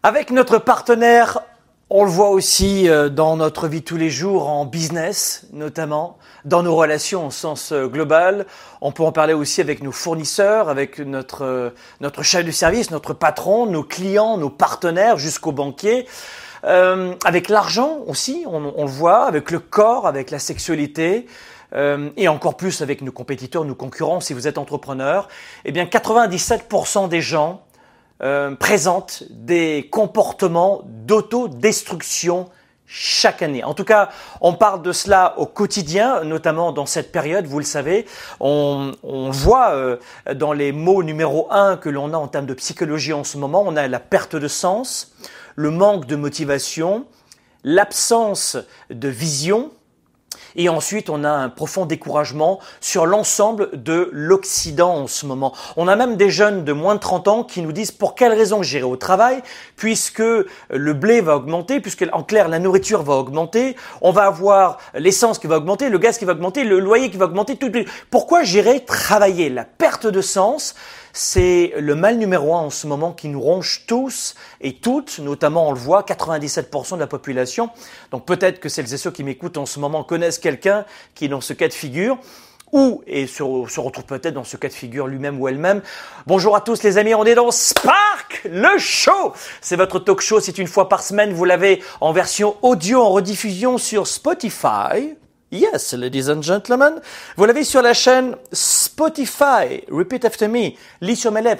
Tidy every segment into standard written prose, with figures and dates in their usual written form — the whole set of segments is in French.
Avec notre partenaire, on le voit aussi dans notre vie tous les jours, en business notamment, dans nos relations au sens global. On peut en parler aussi avec nos fournisseurs, avec notre chef de service, notre patron, nos clients, nos partenaires jusqu'aux banquiers. Avec l'argent aussi, on le voit, avec le corps, avec la sexualité. Et encore plus avec nos compétiteurs, nos concurrents, si vous êtes entrepreneur. Eh bien, 97% des gens présentent des comportements d'autodestruction chaque année. En tout cas, on parle de cela au quotidien, notamment dans cette période, vous le savez. On voit dans les mots numéro 1 que l'on a en termes de psychologie en ce moment, on a la perte de sens, le manque de motivation, l'absence de vision. Et ensuite, on a un profond découragement sur l'ensemble de l'Occident en ce moment. On a même des jeunes de moins de 30 ans qui nous disent pour quelle raison j'irai au travail, puisque le blé va augmenter, puisque en clair la nourriture va augmenter, on va avoir l'essence qui va augmenter, le gaz qui va augmenter, le loyer qui va augmenter. Pourquoi j'irai travailler? La perte de sens, c'est le mal numéro 1 en ce moment qui nous ronge tous et toutes, notamment on le voit, 97% de la population. Donc peut-être que celles et ceux qui m'écoutent en ce moment connaissent quelqu'un qui est dans ce cas de figure et se retrouve peut-être dans ce cas de figure lui-même ou elle-même. Bonjour à tous les amis, on est dans Spark, le show. C'est votre talk show, c'est une fois par semaine. Vous l'avez en version audio, en rediffusion sur Spotify. Yes, ladies and gentlemen. Vous l'avez sur la chaîne Spotify. Repeat after me. Lis sur mes lèvres.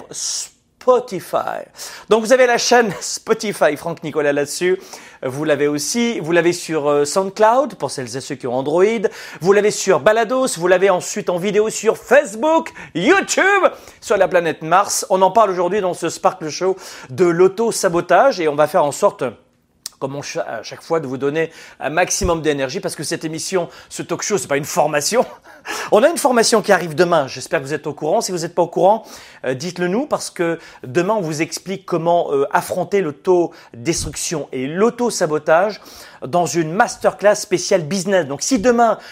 Spotify. Donc, vous avez la chaîne Spotify, Franck Nicolas là-dessus. Vous l'avez aussi. Vous l'avez sur SoundCloud, pour celles et ceux qui ont Android. Vous l'avez sur Balados. Vous l'avez ensuite en vidéo sur Facebook, YouTube, sur la planète Mars. On en parle aujourd'hui dans ce Sparkle Show de l'auto-sabotage et on va faire en sorte, comme à chaque fois, de vous donner un maximum d'énergie parce que cette émission, ce talk show, c'est pas une formation. On a une formation qui arrive demain. J'espère que vous êtes au courant. Si vous n'êtes pas au courant, dites-le nous parce que demain, on vous explique comment affronter l'autodestruction et l'auto-sabotage dans une masterclass spéciale business. Donc, si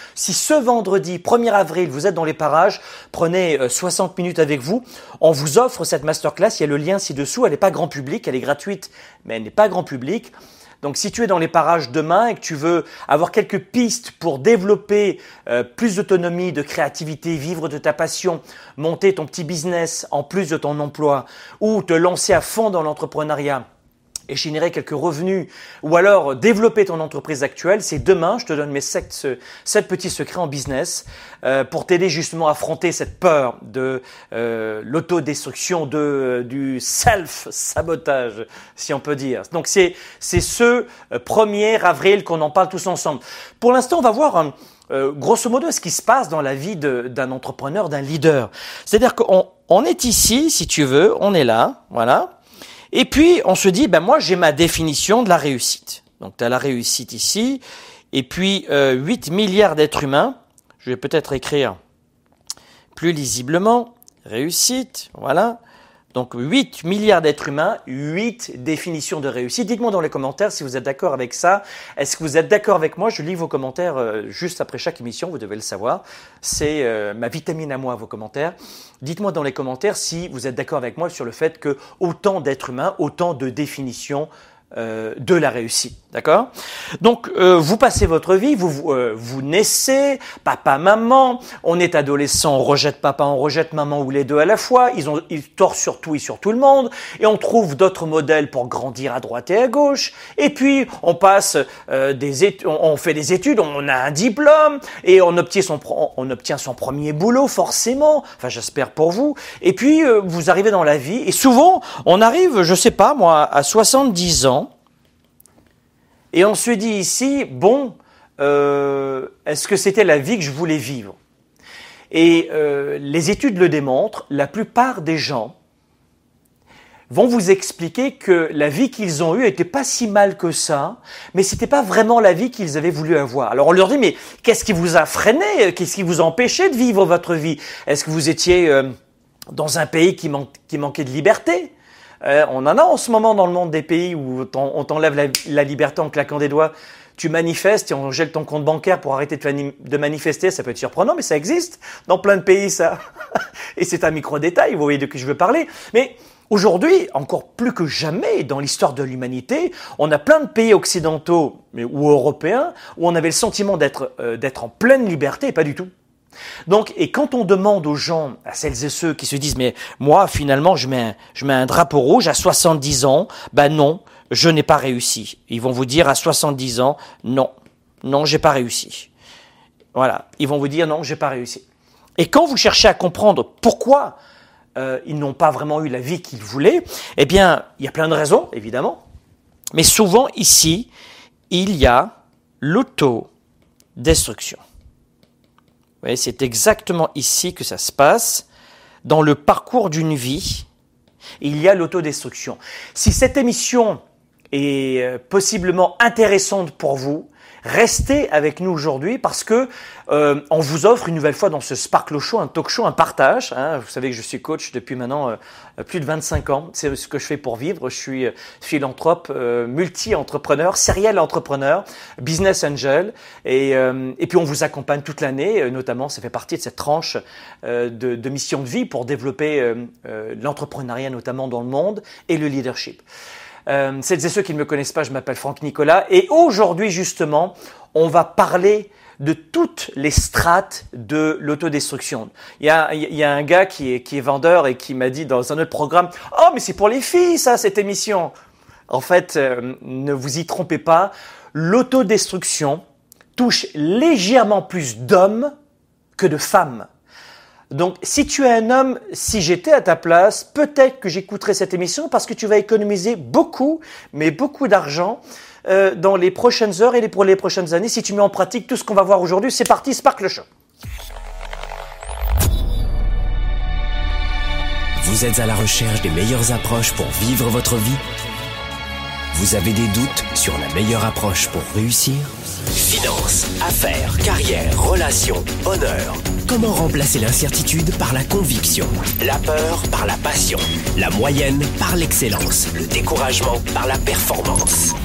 ce vendredi 1er avril, vous êtes dans les parages, prenez 60 minutes avec vous. On vous offre cette masterclass. Il y a le lien ci-dessous. Elle n'est pas grand public. Elle est gratuite, mais elle n'est pas grand public. Donc, si tu es dans les parages demain et que tu veux avoir quelques pistes pour développer plus d'autonomie, de créativité, vivre de ta passion, monter ton petit business en plus de ton emploi ou te lancer à fond dans l'entrepreneuriat et générer quelques revenus ou alors développer ton entreprise actuelle, c'est demain, je te donne mes 7 petits secrets en business pour t'aider justement à affronter cette peur de l'autodestruction, du self-sabotage, si on peut dire. Donc c'est ce 1er avril qu'on en parle tous ensemble. Pour l'instant, on va voir grosso modo ce qui se passe dans la vie d'un entrepreneur, d'un leader. C'est-à-dire qu'on est ici, si tu veux, on est là, voilà. Et puis, on se dit, moi, j'ai ma définition de la réussite. Donc, tu as la réussite ici. Et puis, 8 milliards d'êtres humains. Je vais peut-être écrire plus lisiblement. Réussite, voilà. Donc, 8 milliards d'êtres humains, 8 définitions de réussite. Dites-moi dans les commentaires si vous êtes d'accord avec ça. Est-ce que vous êtes d'accord avec moi? Je lis vos commentaires juste après chaque émission, vous devez le savoir. C'est ma vitamine à moi, vos commentaires. Dites-moi dans les commentaires si vous êtes d'accord avec moi sur le fait que autant d'êtres humains, autant de définitions de la réussite, d'accord? Donc, vous passez votre vie, vous naissez, papa, maman, on est adolescent, on rejette papa, on rejette maman ou les deux à la fois, ils torchent sur tout et sur tout le monde, et on trouve d'autres modèles pour grandir à droite et à gauche, et puis on passe on fait des études, on a un diplôme, et on obtient son premier boulot, forcément, enfin j'espère pour vous, et puis vous arrivez dans la vie, et souvent, on arrive, je sais pas moi, à 70 ans, et on se dit ici, est-ce que c'était la vie que je voulais vivre? Et les études le démontrent, la plupart des gens vont vous expliquer que la vie qu'ils ont eue n'était pas si mal que ça, mais c'était pas vraiment la vie qu'ils avaient voulu avoir. Alors on leur dit, mais qu'est-ce qui vous a freiné? Qu'est-ce qui vous a empêché de vivre votre vie? Est-ce que vous étiez dans un pays qui manquait de liberté? On en a en ce moment dans le monde des pays où on t'enlève la liberté en claquant des doigts. Tu manifestes et on gèle ton compte bancaire pour arrêter de manifester. Ça peut être surprenant, mais ça existe dans plein de pays, ça. Et c'est un micro-détail, vous voyez de qui je veux parler. Mais Aujourd'hui, encore plus que jamais dans l'histoire de l'humanité, on a plein de pays occidentaux ou européens où on avait le sentiment d'être en pleine liberté, et pas du tout. Donc, et quand on demande aux gens, à celles et ceux qui se disent, mais moi, finalement, je mets un drapeau rouge à 70 ans, ben non, je n'ai pas réussi. Ils vont vous dire à 70 ans, non, j'ai pas réussi. Voilà, ils vont vous dire, non, j'ai pas réussi. Et quand vous cherchez à comprendre pourquoi ils n'ont pas vraiment eu la vie qu'ils voulaient, eh bien, il y a plein de raisons, évidemment, mais souvent, ici, il y a l'autodestruction. Vous voyez, c'est exactement ici que ça se passe. Dans le parcours d'une vie, il y a l'autodestruction. Si cette émission est possiblement intéressante pour vous, restez avec nous aujourd'hui parce que on vous offre une nouvelle fois dans ce Sparkle Show, un talk show, un partage. Vous savez que je suis coach depuis maintenant plus de 25 ans. C'est ce que je fais pour vivre. Je suis philanthrope, multi-entrepreneur, serial entrepreneur, business angel. Et puis on vous accompagne toute l'année. Notamment, ça fait partie de cette tranche de mission de vie pour développer l'entrepreneuriat notamment dans le monde et le leadership. Celles et ceux qui ne me connaissent pas, je m'appelle Franck Nicolas et aujourd'hui justement, on va parler de toutes les strates de l'autodestruction. Il y a un gars qui est vendeur et qui m'a dit dans un autre programme « Oh, mais c'est pour les filles ça, cette émission !» En fait, ne vous y trompez pas, l'autodestruction touche légèrement plus d'hommes que de femmes. Donc, si tu es un homme, si j'étais à ta place, peut-être que j'écouterais cette émission parce que tu vas économiser beaucoup, mais beaucoup d'argent dans les prochaines heures et pour les prochaines années. Si tu mets en pratique tout ce qu'on va voir aujourd'hui, c'est parti, Sparkle Show. Vous êtes à la recherche des meilleures approches pour vivre votre vie? Vous avez des doutes sur la meilleure approche pour réussir? Finances, affaires, carrière, relations, bonheur. Comment remplacer l'incertitude par la conviction? La peur par la passion. La moyenne par l'excellence. Le découragement par la performance.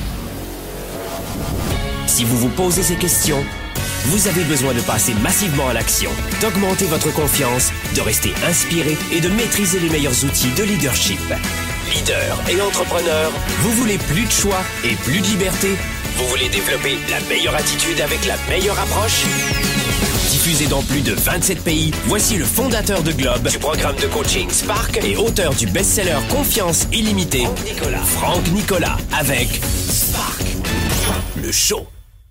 Si vous vous posez ces questions, vous avez besoin de passer massivement à l'action, d'augmenter votre confiance, de rester inspiré et de maîtriser les meilleurs outils de leadership. Leader et entrepreneur, vous voulez plus de choix et plus de liberté? Vous voulez développer la meilleure attitude avec la meilleure approche? Diffusé dans plus de 27 pays, voici le fondateur de Globe, du programme de coaching Spark et auteur du best-seller Confiance illimitée, Franck Nicolas, avec Spark, le show.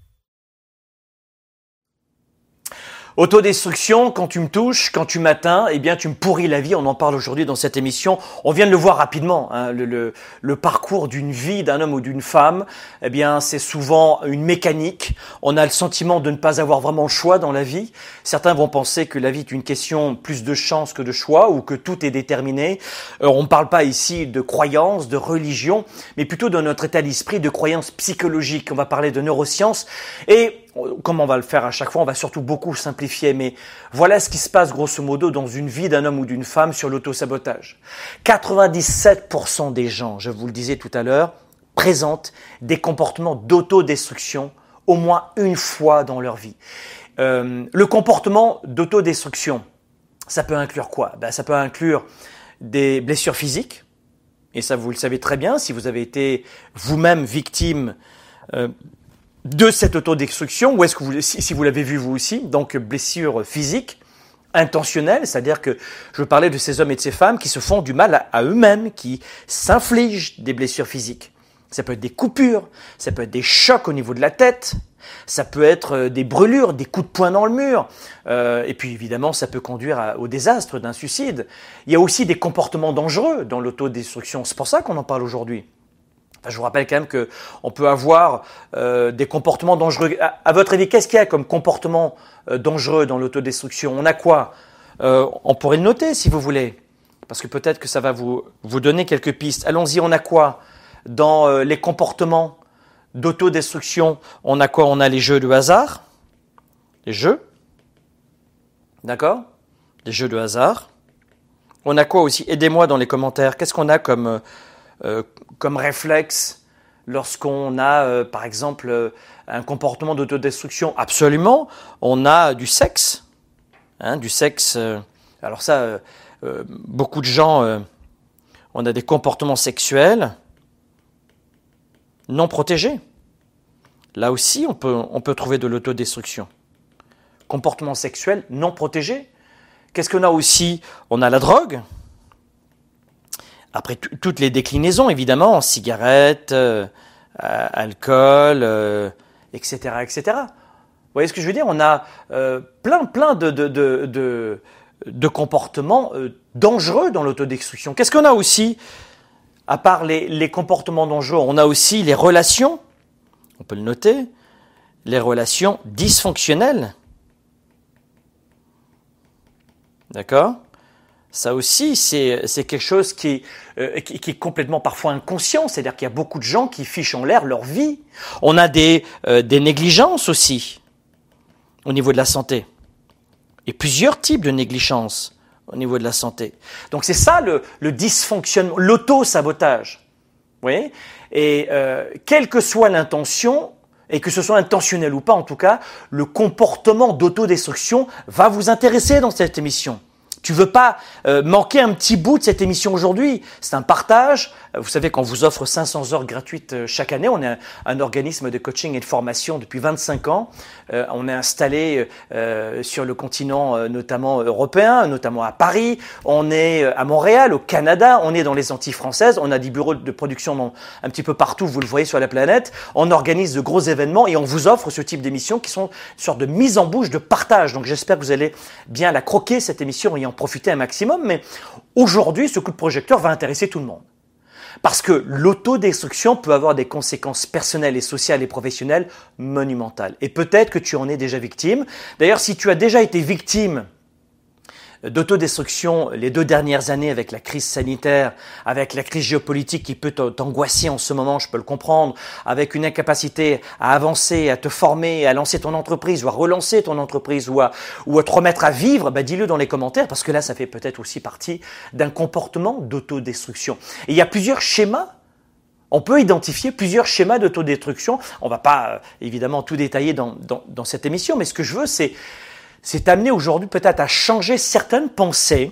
Autodestruction, quand tu me touches, quand tu m'atteins, eh bien tu me pourris la vie. On en parle aujourd'hui dans cette émission. On vient de le voir rapidement. Le parcours d'une vie d'un homme ou d'une femme, eh bien c'est souvent une mécanique. On a le sentiment de ne pas avoir vraiment le choix dans la vie. Certains vont penser que la vie est une question plus de chance que de choix ou que tout est déterminé. On ne parle pas ici de croyance, de religion, mais plutôt de notre état d'esprit, de croyance psychologique. On va parler de neurosciences et comme on va le faire à chaque fois, on va surtout beaucoup simplifier, mais voilà ce qui se passe grosso modo dans une vie d'un homme ou d'une femme sur l'autosabotage. 97% des gens, je vous le disais tout à l'heure, présentent des comportements d'autodestruction au moins une fois dans leur vie. Le comportement d'autodestruction, ça peut inclure quoi? Ça peut inclure des blessures physiques, et ça vous le savez très bien, si vous avez été vous-même victime de cette autodestruction, ou est-ce que si vous l'avez vu vous aussi, donc blessures physiques, intentionnelles, c'est-à-dire que je parlais de ces hommes et de ces femmes qui se font du mal à eux-mêmes, qui s'infligent des blessures physiques. Ça peut être des coupures, ça peut être des chocs au niveau de la tête, ça peut être des brûlures, des coups de poing dans le mur, et puis évidemment ça peut conduire au désastre d'un suicide. Il y a aussi des comportements dangereux dans l'autodestruction, c'est pour ça qu'on en parle aujourd'hui. Je vous rappelle quand même qu'on peut avoir des comportements dangereux. À votre avis, qu'est-ce qu'il y a comme comportement dangereux dans l'autodestruction? On a quoi? On pourrait le noter si vous voulez, parce que peut-être que ça va vous donner quelques pistes. Allons-y, on a quoi dans les comportements d'autodestruction? On a quoi? On a les jeux de hasard, les jeux, d'accord? Les jeux de hasard. On a quoi aussi? Aidez-moi dans les commentaires. Qu'est-ce qu'on a comme réflexe lorsqu'on a, par exemple, un comportement d'autodestruction? Absolument, on a du sexe. Du sexe. Alors ça, beaucoup de gens On a des comportements sexuels non protégés. Là aussi, on peut trouver de l'autodestruction. Comportements sexuels non protégés. Qu'est-ce qu'on a aussi? On a la drogue. Après, toutes les déclinaisons, évidemment, cigarettes, alcool, etc., etc. Vous voyez ce que je veux dire? On a plein de comportements dangereux dans l'autodestruction. Qu'est-ce qu'on a aussi? À part les comportements dangereux, on a aussi les relations, on peut le noter, les relations dysfonctionnelles. D'accord? Ça aussi, c'est quelque chose qui est complètement parfois inconscient, c'est-à-dire qu'il y a beaucoup de gens qui fichent en l'air leur vie. On a des négligences aussi au niveau de la santé. Et plusieurs types de négligences au niveau de la santé. Donc c'est ça le dysfonctionnement, l'auto-sabotage. Vous voyez? Et quelle que soit l'intention, et que ce soit intentionnel ou pas en tout cas, le comportement d'autodestruction va vous intéresser dans cette émission. Tu veux pas manquer un petit bout de cette émission aujourd'hui. C'est un partage. Vous savez qu'on vous offre 500 heures gratuites chaque année. On est un organisme de coaching et de formation depuis 25 ans. On est installé sur le continent notamment européen, notamment à Paris. On est à Montréal, au Canada. On est dans les Antilles françaises. On a des bureaux de production un petit peu partout, vous le voyez sur la planète. On organise de gros événements et on vous offre ce type d'émissions qui sont une sorte de mise en bouche, de partage. Donc j'espère que vous allez bien la croquer, cette émission, et en profiter un maximum. Mais aujourd'hui, ce coup de projecteur va intéresser tout le monde. Parce que l'autodestruction peut avoir des conséquences personnelles et sociales et professionnelles monumentales. Et peut-être que tu en es déjà victime. D'ailleurs, si tu as déjà été victime d'autodestruction les 2 dernières années avec la crise sanitaire, avec la crise géopolitique qui peut t'angoisser en ce moment, je peux le comprendre, avec une incapacité à avancer, à te former, à lancer ton entreprise ou à relancer ton entreprise ou à te remettre à vivre, dis-le dans les commentaires parce que là, ça fait peut-être aussi partie d'un comportement d'autodestruction. Et il y a plusieurs schémas. On peut identifier plusieurs schémas d'autodestruction. On ne va pas évidemment tout détailler dans cette émission, mais ce que je veux, c'est t'amener aujourd'hui peut-être à changer certaines pensées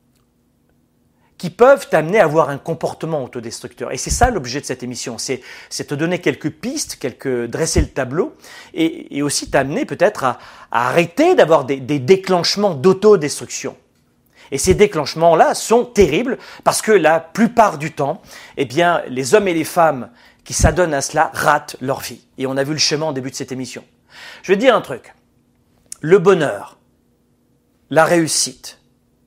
qui peuvent t'amener à avoir un comportement autodestructeur. Et c'est ça l'objet de cette émission, c'est te donner quelques pistes, dresser le tableau et aussi t'amener peut-être à arrêter d'avoir des déclenchements d'autodestruction. Et ces déclenchements-là sont terribles parce que la plupart du temps, les hommes et les femmes qui s'adonnent à cela ratent leur vie. Et on a vu le schéma en début de cette émission. Je vais te dire un truc. Le bonheur, la réussite,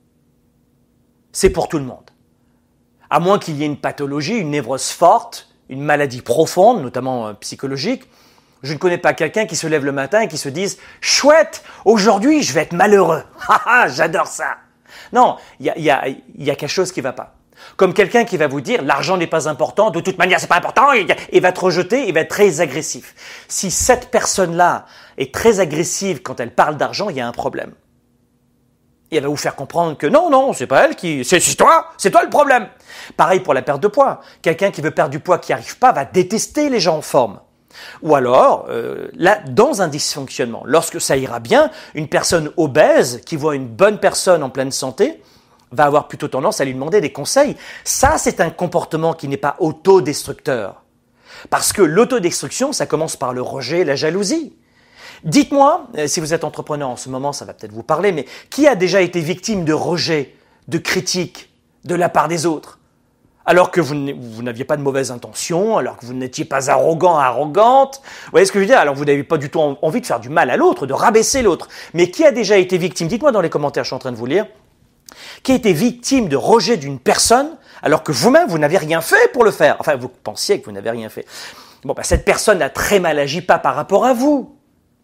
c'est pour tout le monde. À moins qu'il y ait une pathologie, une névrose forte, une maladie profonde, notamment psychologique. Je ne connais pas quelqu'un qui se lève le matin et qui se dise « Chouette, aujourd'hui je vais être malheureux. J'adore ça !» Non, il y a quelque chose qui ne va pas. Comme quelqu'un qui va vous dire « L'argent n'est pas important, de toute manière c'est pas important » et va te rejeter et va être très agressif. Si cette personne-là est très agressive quand elle parle d'argent, il y a un problème. Et elle va vous faire comprendre que non, c'est pas elle c'est toi le problème. Pareil pour la perte de poids. Quelqu'un qui veut perdre du poids qui n'y arrive pas va détester les gens en forme. Ou alors, là, dans un dysfonctionnement, lorsque ça ira bien, une personne obèse qui voit une bonne personne en pleine santé va avoir plutôt tendance à lui demander des conseils. Ça, c'est un comportement qui n'est pas autodestructeur. Parce que l'autodestruction, ça commence par le rejet et la jalousie. Dites-moi, si vous êtes entrepreneur en ce moment, ça va peut-être vous parler, mais qui a déjà été victime de rejet, de critiques de la part des autres? Alors que vous n'aviez pas de mauvaises intentions, alors que vous n'étiez pas arrogant, arrogante. Vous voyez ce que je veux dire? Alors vous n'avez pas du tout envie de faire du mal à l'autre, de rabaisser l'autre. Mais qui a déjà été victime? Dites-moi dans les commentaires, je suis en train de vous lire. Qui a été victime de rejet d'une personne alors que vous-même, vous n'avez rien fait pour le faire? Enfin, vous pensiez que vous n'avez rien fait. Cette personne a très mal agi, pas par rapport à vous.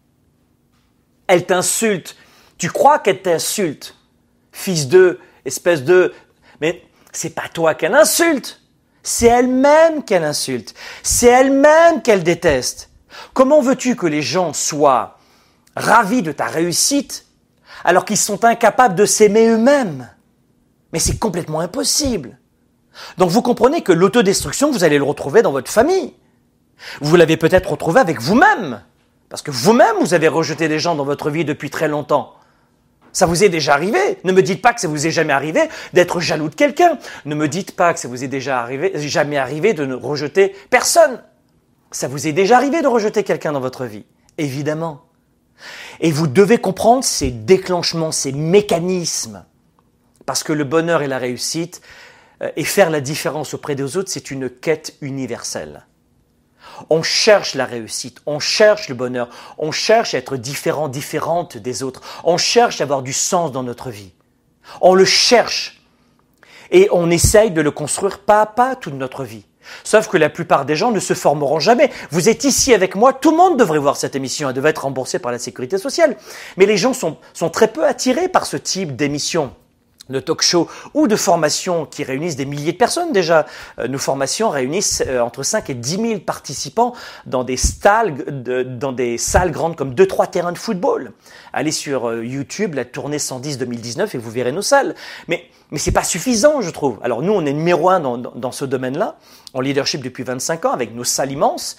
Elle t'insulte. Tu crois qu'elle t'insulte? Fils de, espèce de... Mais c'est pas toi qu'elle insulte. C'est elle-même qu'elle insulte. C'est elle-même qu'elle déteste. Comment veux-tu que les gens soient ravis de ta réussite alors qu'ils sont incapables de s'aimer eux-mêmes? Mais c'est complètement impossible. Donc vous comprenez que l'autodestruction, vous allez le retrouver dans votre famille. Vous l'avez peut-être retrouvé avec vous-même. Parce que vous-même, vous avez rejeté des gens dans votre vie depuis très longtemps. Ça vous est déjà arrivé. Ne me dites pas que ça vous est jamais arrivé d'être jaloux de quelqu'un. Ne me dites pas que ça vous est jamais arrivé de ne rejeter personne. Ça vous est déjà arrivé de rejeter quelqu'un dans votre vie, évidemment. Et vous devez comprendre ces déclenchements, ces mécanismes. Parce que le bonheur et la réussite et faire la différence auprès des autres, c'est une quête universelle. On cherche la réussite, on cherche le bonheur, on cherche à être différent, différente des autres. On cherche à avoir du sens dans notre vie. On le cherche et on essaye de le construire pas à pas toute notre vie. Sauf que la plupart des gens ne se formeront jamais. Vous êtes ici avec moi, tout le monde devrait voir cette émission, elle devait être remboursée par la sécurité sociale. Mais les gens sont très peu attirés par ce type d'émission, de talk-show ou de formations qui réunissent des milliers de personnes déjà. Nos formations réunissent entre 5 et 10 000 participants dans des salles grandes comme 2-3 terrains de football. Allez sur YouTube, la tournée 110 2019 et vous verrez nos salles. Mais c'est pas suffisant, je trouve. Alors nous, on est numéro 1 dans ce domaine-là, en leadership depuis 25 ans, avec nos salles immenses.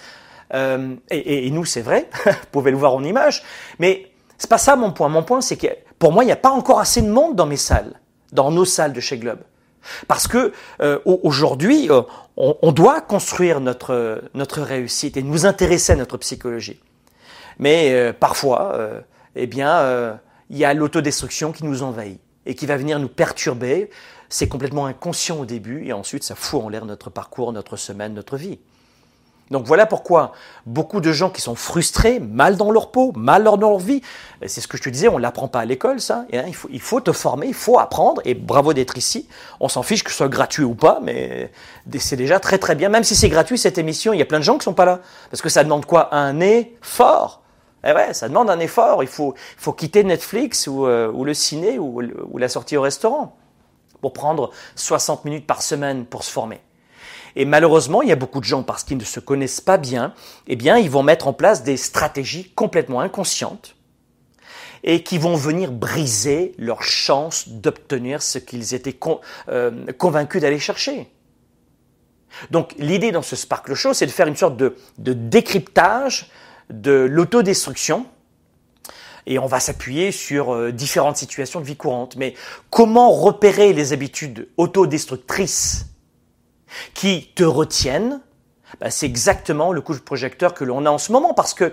Et nous, c'est vrai, vous pouvez le voir en image. Mais c'est pas ça mon point. Mon point, c'est que pour moi, il n'y a pas encore assez de monde dans mes salles. Dans nos salles de chez Globe. Parce que aujourd'hui, on doit construire notre réussite et nous intéresser à notre psychologie. Mais parfois, il y a l'autodestruction qui nous envahit et qui va venir nous perturber. C'est complètement inconscient au début et ensuite ça fout en l'air notre parcours, notre semaine, notre vie. Donc voilà pourquoi beaucoup de gens qui sont frustrés, mal dans leur peau, mal dans leur vie, c'est ce que je te disais, on ne l'apprend pas à l'école ça, et, il faut te former, il faut apprendre, et bravo d'être ici, on s'en fiche que ce soit gratuit ou pas, mais c'est déjà très très bien, même si c'est gratuit cette émission, il y a plein de gens qui ne sont pas là, parce que ça demande quoi? Un effort. Eh ouais, ça demande un effort, il faut quitter Netflix ou le ciné ou la sortie au restaurant pour prendre 60 minutes par semaine pour se former. Et malheureusement, il y a beaucoup de gens, parce qu'ils ne se connaissent pas bien, ils vont mettre en place des stratégies complètement inconscientes et qui vont venir briser leur chance d'obtenir ce qu'ils étaient convaincus d'aller chercher. Donc l'idée dans ce Sparkle Show, c'est de faire une sorte de décryptage de l'autodestruction. Et on va s'appuyer sur différentes situations de vie courante. Mais comment repérer les habitudes autodestructrices qui te retiennent? C'est exactement le coup de projecteur que l'on a en ce moment, parce que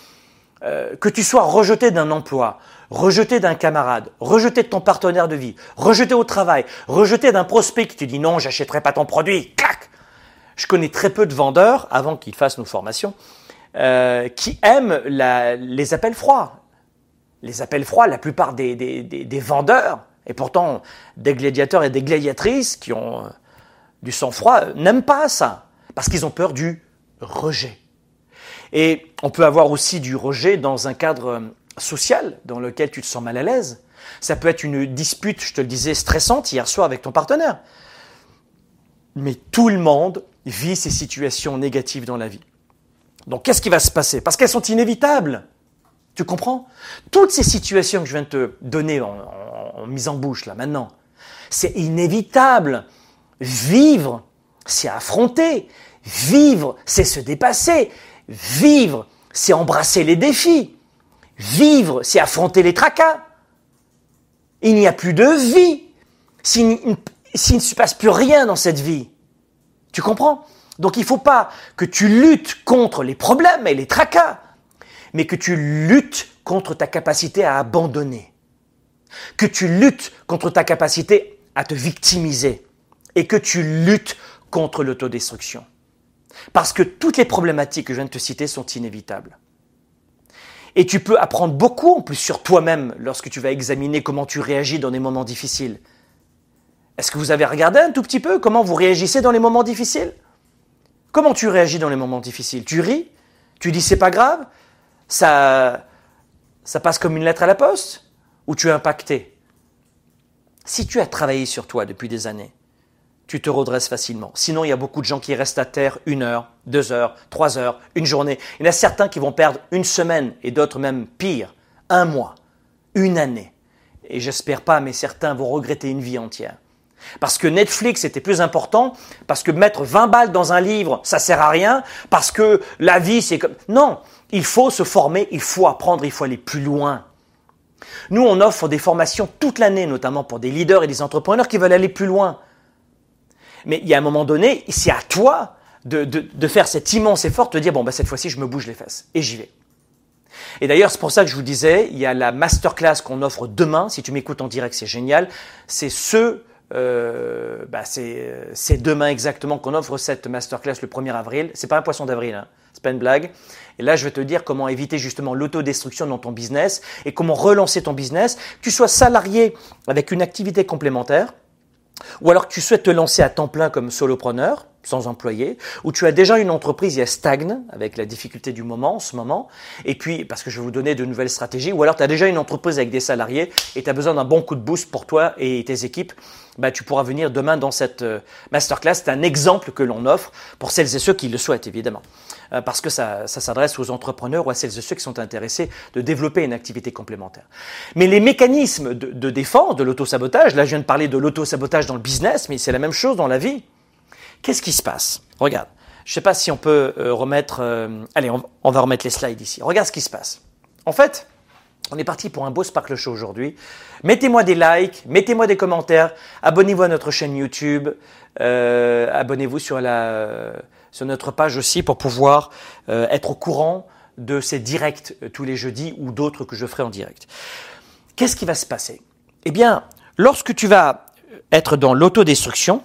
tu sois rejeté d'un emploi, rejeté d'un camarade, rejeté de ton partenaire de vie, rejeté au travail, rejeté d'un prospect qui te dit non, j'achèterai pas ton produit, clac. Je connais très peu de vendeurs, avant qu'ils fassent nos formations, qui aiment les appels froids. Les appels froids, la plupart des vendeurs, et pourtant des gladiateurs et des gladiatrices qui ont du sang-froid, n'aiment pas ça, parce qu'ils ont peur du rejet. Et on peut avoir aussi du rejet dans un cadre social dans lequel tu te sens mal à l'aise. Ça peut être une dispute, je te le disais, stressante hier soir avec ton partenaire. Mais tout le monde vit ces situations négatives dans la vie. Donc qu'est-ce qui va se passer? Parce qu'elles sont inévitables. Tu comprends? Toutes ces situations que je viens de te donner en mise en bouche là maintenant, c'est inévitable. Vivre, c'est affronter. Vivre, c'est se dépasser. Vivre, c'est embrasser les défis. Vivre, c'est affronter les tracas. Il n'y a plus de vie s'il ne se passe plus rien dans cette vie. Tu comprends? Donc il ne faut pas que tu luttes contre les problèmes et les tracas, mais que tu luttes contre ta capacité à abandonner. Que tu luttes contre ta capacité à te victimiser. Et que tu luttes contre l'autodestruction. Parce que toutes les problématiques que je viens de te citer sont inévitables. Et tu peux apprendre beaucoup en plus sur toi-même lorsque tu vas examiner comment tu réagis dans des moments difficiles. Est-ce que vous avez regardé un tout petit peu comment vous réagissez dans les moments difficiles? Comment tu réagis dans les moments difficiles? Tu ris? Tu dis c'est pas grave? Ça passe comme une lettre à la poste? Ou tu es impacté? Si tu as travaillé sur toi depuis des années, tu te redresses facilement. Sinon, il y a beaucoup de gens qui restent à terre 1 heure, 2 heures, 3 heures, une journée. Il y en a certains qui vont perdre une semaine et d'autres même pire, 1 mois, 1 année. Et j'espère pas, mais certains vont regretter une vie entière. Parce que Netflix était plus important, parce que mettre 20 balles dans un livre, ça sert à rien, parce que la vie c'est comme... Non, il faut se former, il faut apprendre, il faut aller plus loin. Nous, on offre des formations toute l'année, notamment pour des leaders et des entrepreneurs qui veulent aller plus loin. Mais il y a un moment donné, c'est à toi de faire cet immense effort, de te dire, bon, cette fois-ci, je me bouge les fesses et j'y vais. Et d'ailleurs, c'est pour ça que je vous disais, il y a la masterclass qu'on offre demain. Si tu m'écoutes en direct, c'est génial. C'est c'est demain exactement qu'on offre cette masterclass le 1er avril. C'est pas un poisson d'avril, hein. C'est pas une blague. Et là, je vais te dire comment éviter justement l'autodestruction dans ton business et comment relancer ton business, que tu sois salarié avec une activité complémentaire, ou alors que tu souhaites te lancer à temps plein comme solopreneur, sans employé, ou tu as déjà une entreprise et elle stagne avec la difficulté du moment en ce moment, et puis parce que je vais vous donner de nouvelles stratégies, ou alors tu as déjà une entreprise avec des salariés et tu as besoin d'un bon coup de boost pour toi et tes équipes, tu pourras venir demain dans cette masterclass. C'est un exemple que l'on offre pour celles et ceux qui le souhaitent évidemment, parce que ça s'adresse aux entrepreneurs ou à celles et ceux qui sont intéressés de développer une activité complémentaire. Mais les mécanismes de défense, de l'autosabotage, là je viens de parler de l'autosabotage dans le business, mais c'est la même chose dans la vie. Qu'est-ce qui se passe? Regarde, je ne sais pas si on peut remettre... allez, on va remettre les slides ici. Regarde ce qui se passe. En fait, on est parti pour un beau Sparkle Show aujourd'hui. Mettez-moi des likes, mettez-moi des commentaires, abonnez-vous à notre chaîne YouTube, abonnez-vous sur notre page aussi pour pouvoir être au courant de ces directs tous les jeudis ou d'autres que je ferai en direct. Qu'est-ce qui va se passer? Eh bien, lorsque tu vas être dans l'autodestruction,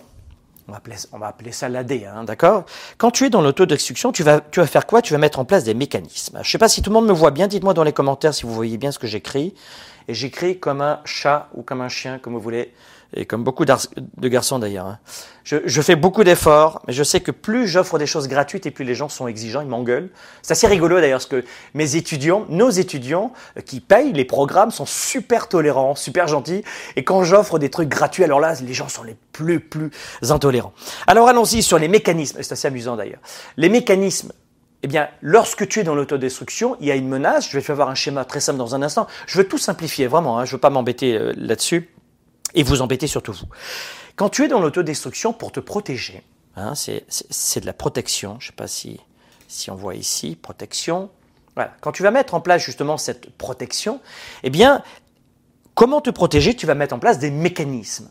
on va appeler ça l'AD, hein, d'accord? Quand tu es dans l'autodestruction, tu vas faire quoi? Tu vas mettre en place des mécanismes. Je ne sais pas si tout le monde me voit bien, dites-moi dans les commentaires si vous voyez bien ce que j'écris. Et j'écris comme un chat ou comme un chien, comme vous voulez, et comme beaucoup de garçons d'ailleurs. Hein. Je fais beaucoup d'efforts, mais je sais que plus j'offre des choses gratuites et plus les gens sont exigeants, ils m'engueulent. C'est assez rigolo d'ailleurs, parce que nos étudiants qui payent les programmes sont super tolérants, super gentils. Et quand j'offre des trucs gratuits, alors là, les gens sont les plus intolérants. Alors allons-y sur les mécanismes. C'est assez amusant d'ailleurs. Les mécanismes. Eh bien, lorsque tu es dans l'autodestruction, il y a une menace. Je vais faire un schéma très simple dans un instant. Je veux tout simplifier, vraiment. Hein, je ne veux pas m'embêter là-dessus et vous embêter surtout vous. Quand tu es dans l'autodestruction, pour te protéger, hein, c'est de la protection. Je ne sais pas si on voit ici, protection. Voilà. Quand tu vas mettre en place justement cette protection, eh bien, comment te protéger? Tu vas mettre en place des mécanismes.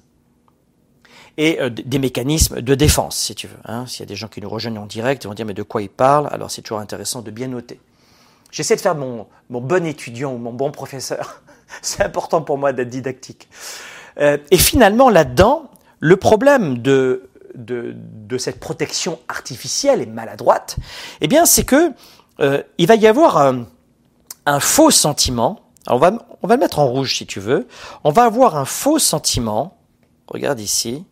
Et des mécanismes de défense, si tu veux. Hein. S'il y a des gens qui nous rejoignent en direct, ils vont dire « mais de quoi ils parlent ?» Alors c'est toujours intéressant de bien noter. J'essaie de faire mon bon étudiant ou mon bon professeur. C'est important pour moi d'être didactique. Et finalement, là-dedans, le problème de cette protection artificielle et maladroite, eh bien, c'est que il va y avoir un faux sentiment. Alors on va le mettre en rouge si tu veux. On va avoir un faux sentiment. Regarde ici.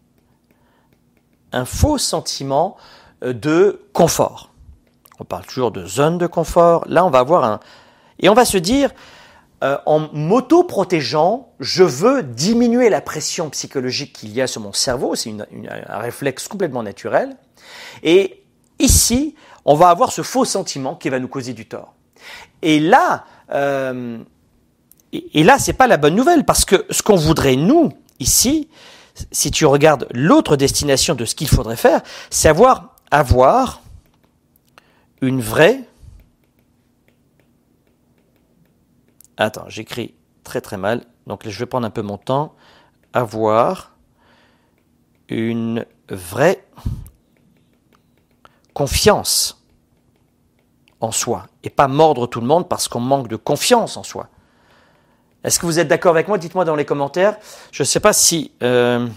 Un faux sentiment de confort. On parle toujours de zone de confort. Là, on va avoir et on va se dire, en m'auto-protégeant, je veux diminuer la pression psychologique qu'il y a sur mon cerveau. C'est un réflexe complètement naturel. Et ici, on va avoir ce faux sentiment qui va nous causer du tort. Et là, c'est pas la bonne nouvelle, parce que ce qu'on voudrait, nous, ici, si tu regardes l'autre destination de ce qu'il faudrait faire, c'est avoir une vraie... Attends, j'écris très très mal, donc je vais prendre un peu mon temps. Avoir une vraie confiance en soi et pas mordre tout le monde parce qu'on manque de confiance en soi. Est-ce que vous êtes d'accord avec moi? Dites-moi dans les commentaires. Je ne sais pas si on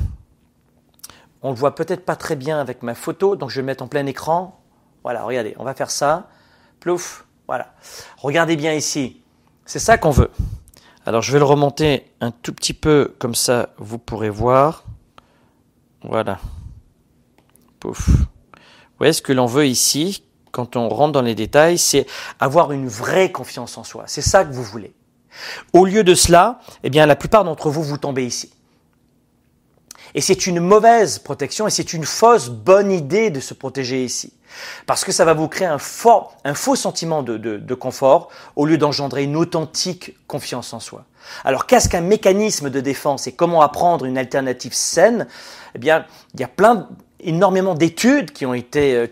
le voit peut-être pas très bien avec ma photo, donc je vais le mettre en plein écran. Voilà, regardez, on va faire ça. Plouf, voilà. Regardez bien ici. C'est ça qu'on veut. Alors, je vais le remonter un tout petit peu, comme ça, vous pourrez voir. Voilà. Pouf. Vous voyez ce que l'on veut ici, quand on rentre dans les détails, c'est avoir une vraie confiance en soi. C'est ça que vous voulez. Au lieu de cela, eh bien, la plupart d'entre vous, vous tombez ici. Et c'est une mauvaise protection et c'est une fausse bonne idée de se protéger ici. Parce que ça va vous créer un faux sentiment de confort au lieu d'engendrer une authentique confiance en soi. Alors, qu'est-ce qu'un mécanisme de défense et comment apprendre une alternative saine? Eh bien, il y a plein énormément d'études qui ont été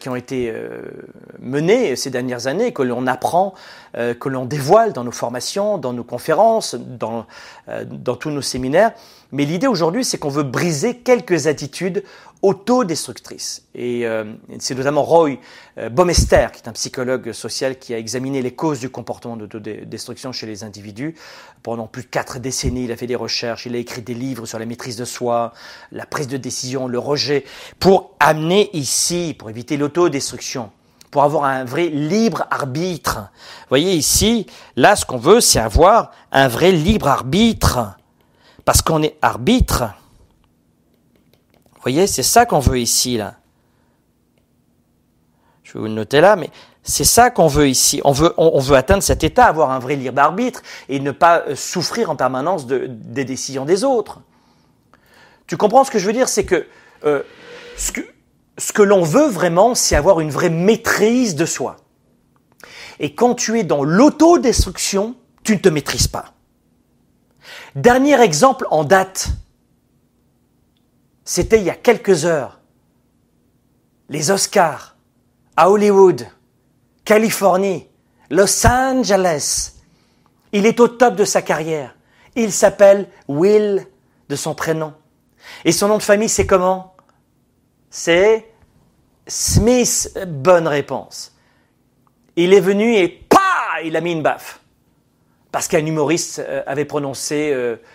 menées ces dernières années, que l'on apprend, que l'on dévoile dans nos formations, dans nos conférences, dans tous nos séminaires. Mais l'idée aujourd'hui, c'est qu'on veut briser quelques attitudes autodestructrices. Et c'est notamment Roy Baumeister, qui est un psychologue social qui a examiné les causes du comportement d'autodestruction chez les individus. Pendant plus de 4 décennies, il a fait des recherches, il a écrit des livres sur la maîtrise de soi, la prise de décision, le rejet, pour amener ici, pour éviter l'autodestruction, pour avoir un vrai libre arbitre. Vous voyez ici, là, ce qu'on veut, c'est avoir un vrai libre arbitre. Parce qu'on est arbitre. Vous voyez, c'est ça qu'on veut ici, là. Je vais vous le noter là, mais c'est ça qu'on veut ici. On veut atteindre cet état, avoir un vrai libre arbitre et ne pas souffrir en permanence des décisions des autres. Tu comprends ce que je veux dire? C'est que ce que l'on veut vraiment, c'est avoir une vraie maîtrise de soi. Et quand tu es dans l'autodestruction, tu ne te maîtrises pas. Dernier exemple en date, c'était il y a quelques heures. Les Oscars à Hollywood, Californie, Los Angeles. Il est au top de sa carrière. Il s'appelle Will, de son prénom. Et son nom de famille, c'est comment? C'est Smith. Bonne réponse. Il est venu et il a mis une baffe. Parce qu'un humoriste avait prononcé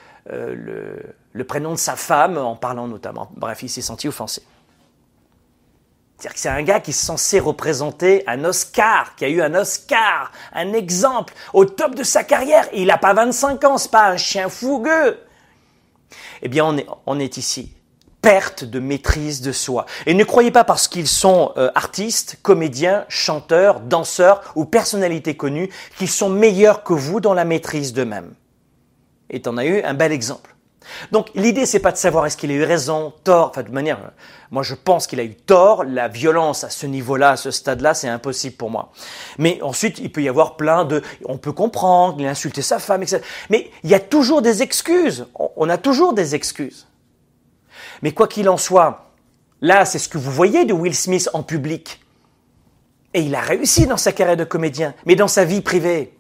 le prénom de sa femme en parlant notamment. Bref, il s'est senti offensé. C'est-à-dire que c'est un gars qui est censé représenter un Oscar, qui a eu un Oscar, un exemple, au top de sa carrière. Et il n'a pas 25 ans, c'est pas un chien fougueux. Eh bien, on est ici. Perte de maîtrise de soi. Et ne croyez pas parce qu'ils sont artistes, comédiens, chanteurs, danseurs ou personnalités connues qu'ils sont meilleurs que vous dans la maîtrise d'eux-mêmes. Et tu en as eu un bel exemple. Donc l'idée, c'est pas de savoir est-ce qu'il a eu raison, tort, enfin de manière, moi je pense qu'il a eu tort, la violence à ce niveau-là, à ce stade-là, c'est impossible pour moi. Mais ensuite, il peut y avoir on peut comprendre, il a insulté sa femme, etc. Mais il y a toujours des excuses, on a toujours des excuses. Mais quoi qu'il en soit, là, c'est ce que vous voyez de Will Smith en public. Et il a réussi dans sa carrière de comédien, mais dans sa vie privée.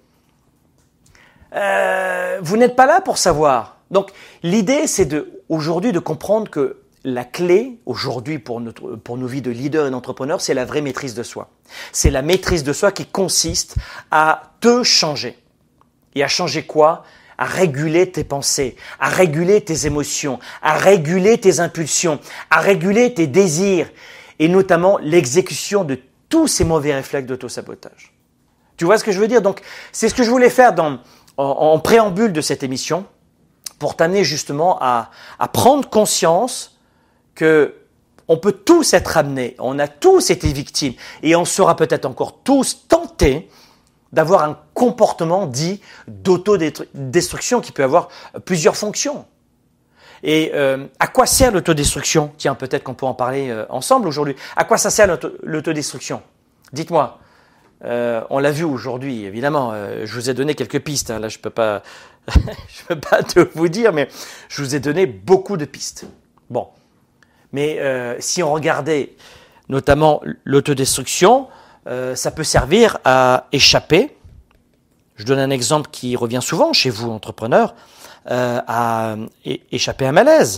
Vous n'êtes pas là pour savoir. Donc, l'idée, c'est aujourd'hui de comprendre que la clé, aujourd'hui, pour nos vies de leaders et d'entrepreneurs, c'est la vraie maîtrise de soi. C'est la maîtrise de soi qui consiste à te changer. Et à changer quoi? À réguler tes pensées, à réguler tes émotions, à réguler tes impulsions, à réguler tes désirs, et notamment l'exécution de tous ces mauvais réflexes d'autosabotage. Tu vois ce que je veux dire? Donc, c'est ce que je voulais faire en préambule de cette émission, pour t'amener justement à prendre conscience que on peut tous être amenés, on a tous été victimes, et on sera peut-être encore tous tentés d'avoir un comportement dit d'autodestruction qui peut avoir plusieurs fonctions. Et à quoi sert l'autodestruction? Tiens, peut-être qu'on peut en parler ensemble aujourd'hui. À quoi ça sert l'autodestruction? Dites-moi. On l'a vu aujourd'hui, évidemment. Je vous ai donné quelques pistes. Là, je peux pas te vous dire, mais je vous ai donné beaucoup de pistes. Bon. Mais si on regardait notamment l'autodestruction, ça peut servir à échapper. Je donne un exemple qui revient souvent chez vous, entrepreneurs, à échapper à un malaise.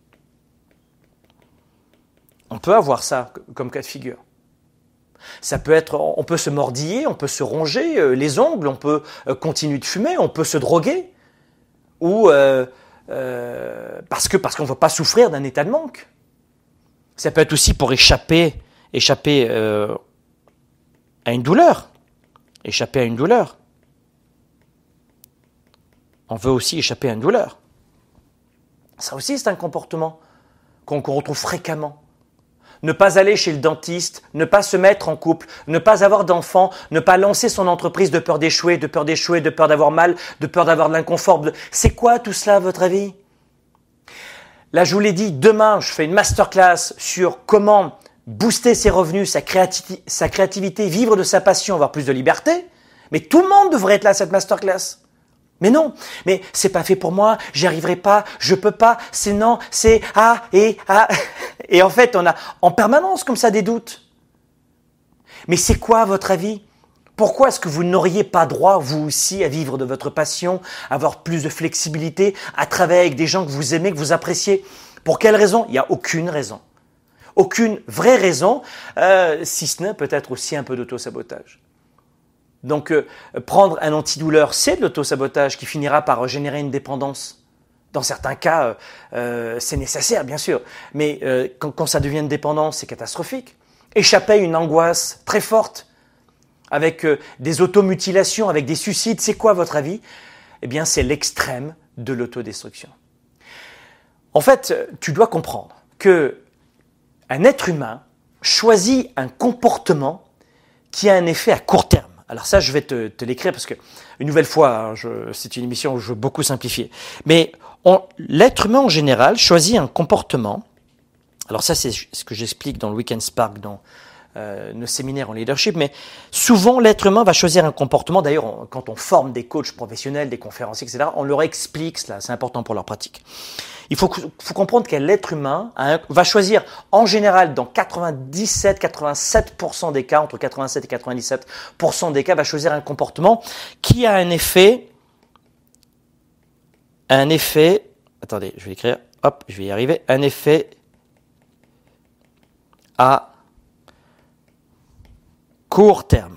On peut avoir ça comme cas de figure. Ça peut être, on peut se mordiller, on peut se ronger les ongles, on peut continuer de fumer, on peut se droguer, ou parce qu'on ne veut pas souffrir d'un état de manque. Ça peut être aussi pour échapper à une douleur. Échapper à une douleur. On veut aussi échapper à une douleur. Ça aussi, c'est un comportement qu'on retrouve fréquemment. Ne pas aller chez le dentiste, ne pas se mettre en couple, ne pas avoir d'enfants, ne pas lancer son entreprise de peur d'échouer, de peur d'avoir mal, de peur d'avoir de l'inconfort. C'est quoi tout cela, à votre avis? Là, je vous l'ai dit, demain, je fais une masterclass sur comment booster ses revenus, sa créativité, vivre de sa passion, avoir plus de liberté. Mais tout le monde devrait être là à cette masterclass. Mais non, mais c'est pas fait pour moi, j'y arriverai pas, je peux pas, c'est non, c'est ah et ah. Et en fait, on a en permanence comme ça des doutes. Mais c'est quoi à votre avis? Pourquoi est-ce que vous n'auriez pas droit, vous aussi, à vivre de votre passion, à avoir plus de flexibilité, à travailler avec des gens que vous aimez, que vous appréciez? Pour quelle raison? Il n'y a aucune raison. Aucune vraie raison, si ce n'est peut-être aussi un peu d'auto-sabotage. Donc, prendre un antidouleur, c'est de l'auto-sabotage qui finira par générer une dépendance. Dans certains cas, c'est nécessaire, bien sûr, mais quand ça devient une dépendance, c'est catastrophique. Échapper à une angoisse très forte, avec des automutilations, avec des suicides, c'est quoi à votre avis? Eh bien, c'est l'extrême de l'autodestruction. En fait, tu dois comprendre que un être humain choisit un comportement qui a un effet à court terme. Alors ça, je vais te l'écrire parce que, une nouvelle fois, c'est une émission où je veux beaucoup simplifier. Mais l'être humain en général choisit un comportement. Alors ça, c'est ce que j'explique dans le Weekend Spark, dans nos séminaires en leadership, mais souvent l'être humain va choisir un comportement. D'ailleurs, quand on forme des coachs professionnels, des conférenciers, etc., on leur explique cela, c'est important pour leur pratique. Il faut comprendre que l'être humain va choisir en général dans 97-87% des cas, entre 87 et 97% des cas, va choisir un comportement qui a un effet, attendez, je vais écrire, hop, je vais y arriver, un effet à court terme.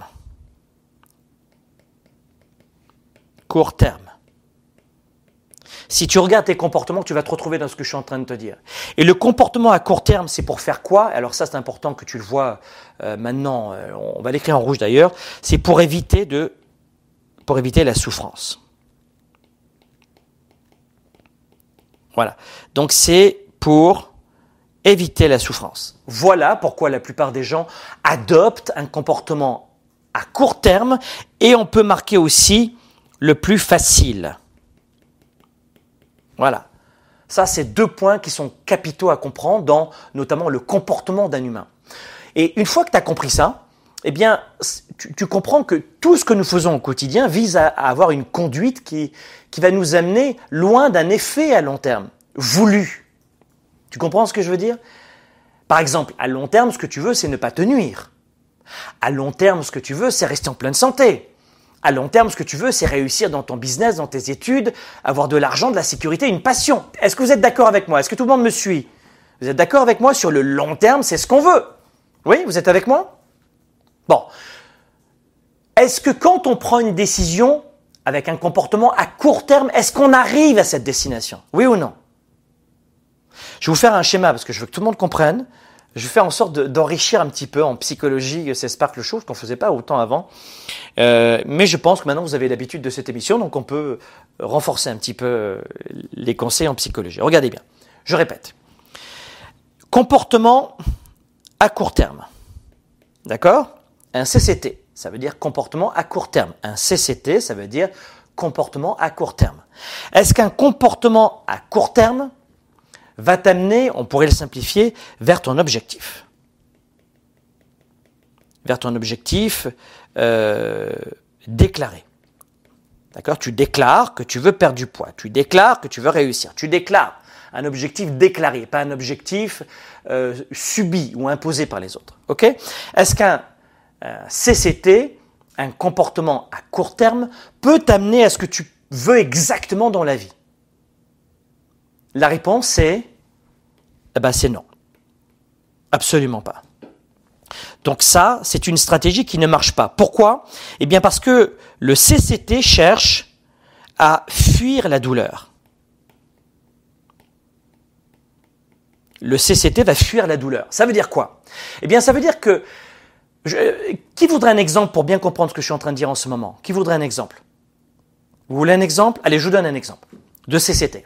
Court terme. Si tu regardes tes comportements, tu vas te retrouver dans ce que je suis en train de te dire. Et le comportement à court terme, c'est pour faire quoi? Alors ça, c'est important que tu le vois maintenant. On va l'écrire en rouge d'ailleurs. C'est pour éviter la souffrance. Voilà. Donc c'est pour éviter la souffrance. Voilà pourquoi la plupart des gens adoptent un comportement à court terme et on peut marquer aussi le plus facile. Voilà. Ça, c'est 2 points qui sont capitaux à comprendre dans notamment le comportement d'un humain. Et une fois que tu as compris ça, eh bien, tu comprends que tout ce que nous faisons au quotidien vise à avoir une conduite qui va nous amener loin d'un effet à long terme, voulu. Tu comprends ce que je veux dire? Par exemple, à long terme, ce que tu veux, c'est ne pas te nuire. À long terme, ce que tu veux, c'est rester en pleine santé. À long terme, ce que tu veux, c'est réussir dans ton business, dans tes études, avoir de l'argent, de la sécurité, une passion. Est-ce que vous êtes d'accord avec moi? Est-ce que tout le monde me suit? Vous êtes d'accord avec moi sur le long terme, c'est ce qu'on veut? Oui, vous êtes avec moi? Bon. Est-ce que quand on prend une décision avec un comportement à court terme, est-ce qu'on arrive à cette destination? Oui ou non? Je vais vous faire un schéma parce que je veux que tout le monde comprenne. Je vais faire en sorte d'enrichir un petit peu en psychologie ces Spark le Show, ce qu'on ne faisait pas autant avant. Mais je pense que maintenant vous avez l'habitude de cette émission, donc on peut renforcer un petit peu les conseils en psychologie. Regardez bien, je répète. Comportement à court terme. D'accord? Un CCT, ça veut dire comportement à court terme. Un CCT, ça veut dire comportement à court terme. Est-ce qu'un comportement à court terme va t'amener, on pourrait le simplifier, vers ton objectif? Vers ton objectif déclaré. D'accord? Tu déclares que tu veux perdre du poids. Tu déclares que tu veux réussir. Tu déclares un objectif déclaré, pas un objectif subi ou imposé par les autres. Ok? Est-ce qu'un CCT, un comportement à court terme, peut t'amener à ce que tu veux exactement dans la vie? La réponse c'est non. Absolument pas. Donc ça, c'est une stratégie qui ne marche pas. Pourquoi? Eh bien parce que le CCT cherche à fuir la douleur. Le CCT va fuir la douleur. Ça veut dire quoi? Eh bien ça veut dire que... qui voudrait un exemple pour bien comprendre ce que je suis en train de dire en ce moment? Qui voudrait un exemple? Vous voulez un exemple? Allez, je vous donne un exemple de CCT.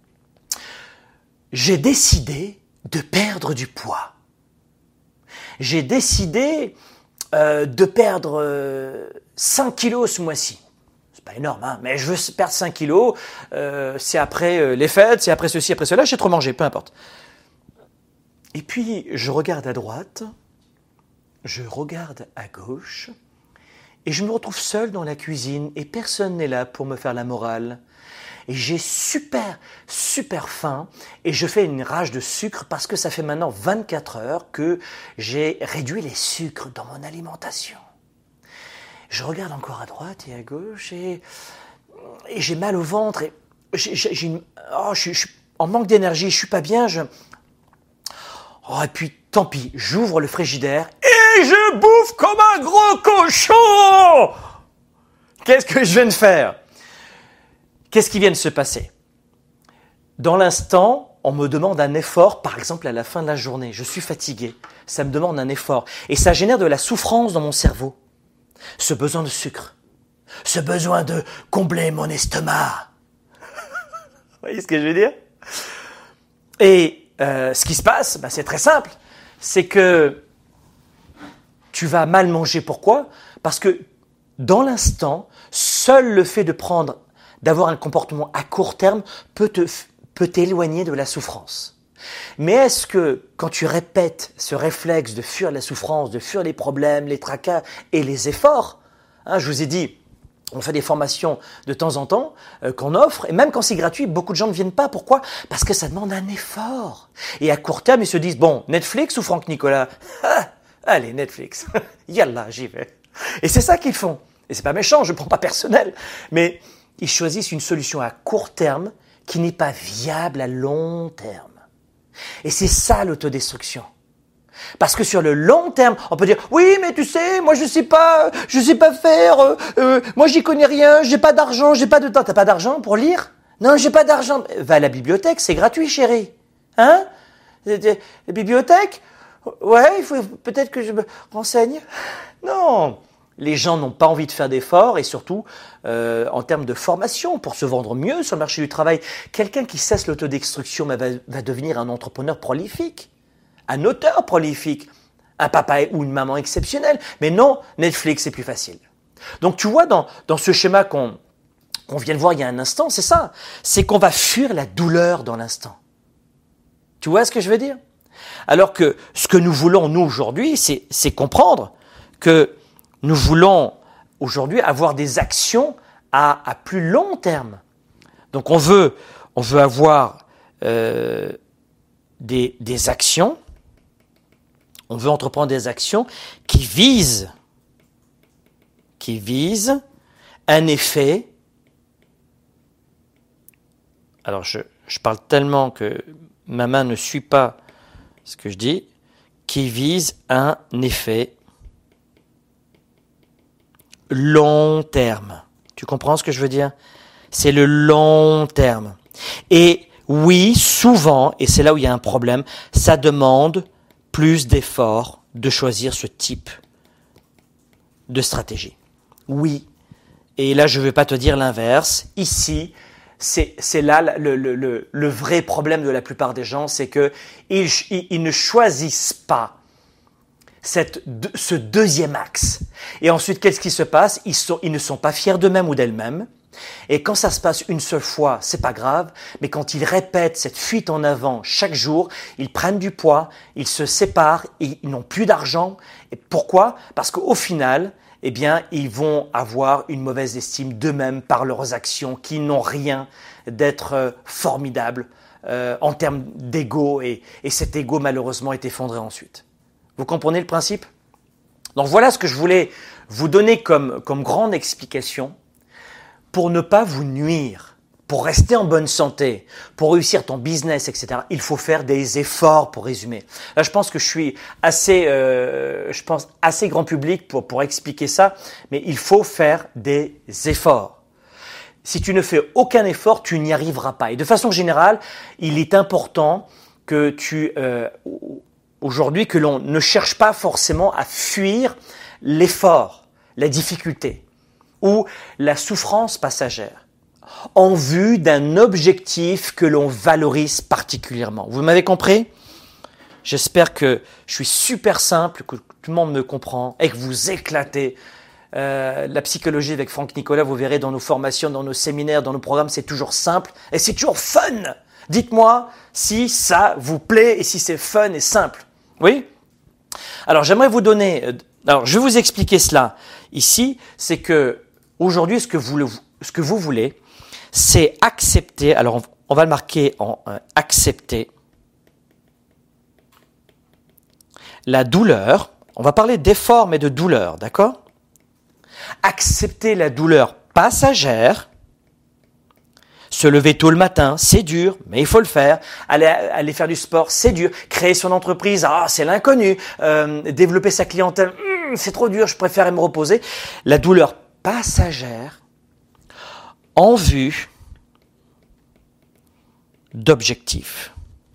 J'ai décidé de perdre du poids. J'ai décidé de perdre 5 kilos ce mois-ci. C'est pas énorme, hein, mais je veux perdre 5 kilos. C'est après les fêtes, c'est après ceci, après cela. J'ai trop mangé, peu importe. Et puis, je regarde à droite, je regarde à gauche, Et je me retrouve seul dans la cuisine et personne n'est là pour me faire la morale. Et j'ai super faim et je fais une rage de sucre parce que ça fait maintenant 24 heures que j'ai réduit les sucres dans mon alimentation. Je regarde encore à droite et à gauche et j'ai mal au ventre et je suis en manque d'énergie, je suis pas bien. Et puis tant pis, j'ouvre le frigidaire et je bouffe comme un gros cochon. Qu'est-ce que je viens de faire ? Qu'est-ce qui vient de se passer ? Dans l'instant, on me demande un effort, par exemple à la fin de la journée. Je suis fatigué, ça me demande un effort. Et ça génère de la souffrance dans mon cerveau. Ce besoin de sucre, ce besoin de combler mon estomac. Vous voyez ce que je veux dire ? Et ce qui se passe, c'est très simple. C'est que tu vas mal manger. Pourquoi ? Parce que dans l'instant, seul le fait d'avoir un comportement à court terme peut t'éloigner de la souffrance. Mais est-ce que quand tu répètes ce réflexe de fuir la souffrance, de fuir les problèmes, les tracas et les efforts, je vous ai dit, on fait des formations de temps en temps qu'on offre, et même quand c'est gratuit, beaucoup de gens ne viennent pas. Pourquoi ? Parce que ça demande un effort. Et à court terme, ils se disent, bon, Netflix ou Franck Nicolas ? Allez, Netflix, yallah, j'y vais. Et c'est ça qu'ils font. Et c'est pas méchant, je ne prends pas personnel, mais ils choisissent une solution à court terme qui n'est pas viable à long terme. Et c'est ça l'autodestruction. Parce que sur le long terme, on peut dire « Oui, mais tu sais, moi je sais pas faire, moi j'y connais rien, j'ai pas d'argent, j'ai pas de temps. » T'as pas d'argent pour lire ? Non, j'ai pas d'argent. Va à la bibliothèque, c'est gratuit, chérie. Hein ? La bibliothèque ? Ouais, il faut peut-être que je me renseigne. Non. Les gens n'ont pas envie de faire d'efforts et surtout en termes de formation pour se vendre mieux sur le marché du travail. Quelqu'un qui cesse l'autodestruction va devenir un entrepreneur prolifique, un auteur prolifique, un papa ou une maman exceptionnelle. Mais non, Netflix, c'est plus facile. Donc tu vois, dans ce schéma qu'on vient de voir il y a un instant, c'est ça. C'est qu'on va fuir la douleur dans l'instant. Tu vois ce que je veux dire ? Alors que ce que nous voulons, nous, aujourd'hui, c'est comprendre que nous voulons aujourd'hui avoir des actions à plus long terme. Donc on veut avoir des actions, on veut entreprendre des actions qui visent un effet. Alors je parle tellement que ma main ne suit pas ce que je dis, qui vise un effet long terme. Tu comprends ce que je veux dire ? C'est le long terme. Et oui, souvent, et c'est là où il y a un problème, ça demande plus d'efforts de choisir ce type de stratégie. Oui. Et là, je ne vais pas te dire l'inverse. Ici, c'est là le vrai problème de la plupart des gens, c'est qu'ils ne choisissent pas ce deuxième axe. Et ensuite, qu'est-ce qui se passe ? Ils ne sont pas fiers d'eux-mêmes ou d'elles-mêmes. Et quand ça se passe une seule fois, c'est pas grave. Mais quand ils répètent cette fuite en avant chaque jour, ils prennent du poids, ils se séparent, ils n'ont plus d'argent. Et pourquoi ? Parce qu'au final, ils vont avoir une mauvaise estime d'eux-mêmes par leurs actions qui n'ont rien d'être formidables en termes d'ego. Et cet ego, malheureusement, est effondré ensuite. Vous comprenez le principe ? Donc voilà ce que je voulais vous donner comme grande explication pour ne pas vous nuire, pour rester en bonne santé, pour réussir ton business, etc. Il faut faire des efforts pour résumer. Là, je pense que je suis assez grand public pour expliquer ça, mais il faut faire des efforts. Si tu ne fais aucun effort, tu n'y arriveras pas. Et de façon générale, il est important que aujourd'hui, que l'on ne cherche pas forcément à fuir l'effort, la difficulté ou la souffrance passagère en vue d'un objectif que l'on valorise particulièrement. Vous m'avez compris ? J'espère que je suis super simple, que tout le monde me comprend et que vous éclatez. La psychologie avec Franck Nicolas, vous verrez dans nos formations, dans nos séminaires, dans nos programmes, c'est toujours simple et c'est toujours fun. Dites-moi si ça vous plaît et si c'est fun et simple. Oui ? Alors, j'aimerais vous donner... Alors, je vais vous expliquer cela ici. C'est que aujourd'hui, ce que vous voulez, c'est accepter. Alors, on va le marquer en accepter la douleur. On va parler d'effort, mais de douleur, d'accord? Accepter la douleur passagère. Se lever tôt le matin, c'est dur, mais il faut le faire. Aller faire du sport, c'est dur. Créer son entreprise, c'est l'inconnu. Développer sa clientèle, c'est trop dur, je préfère me reposer. La douleur passagère en vue d'objectifs.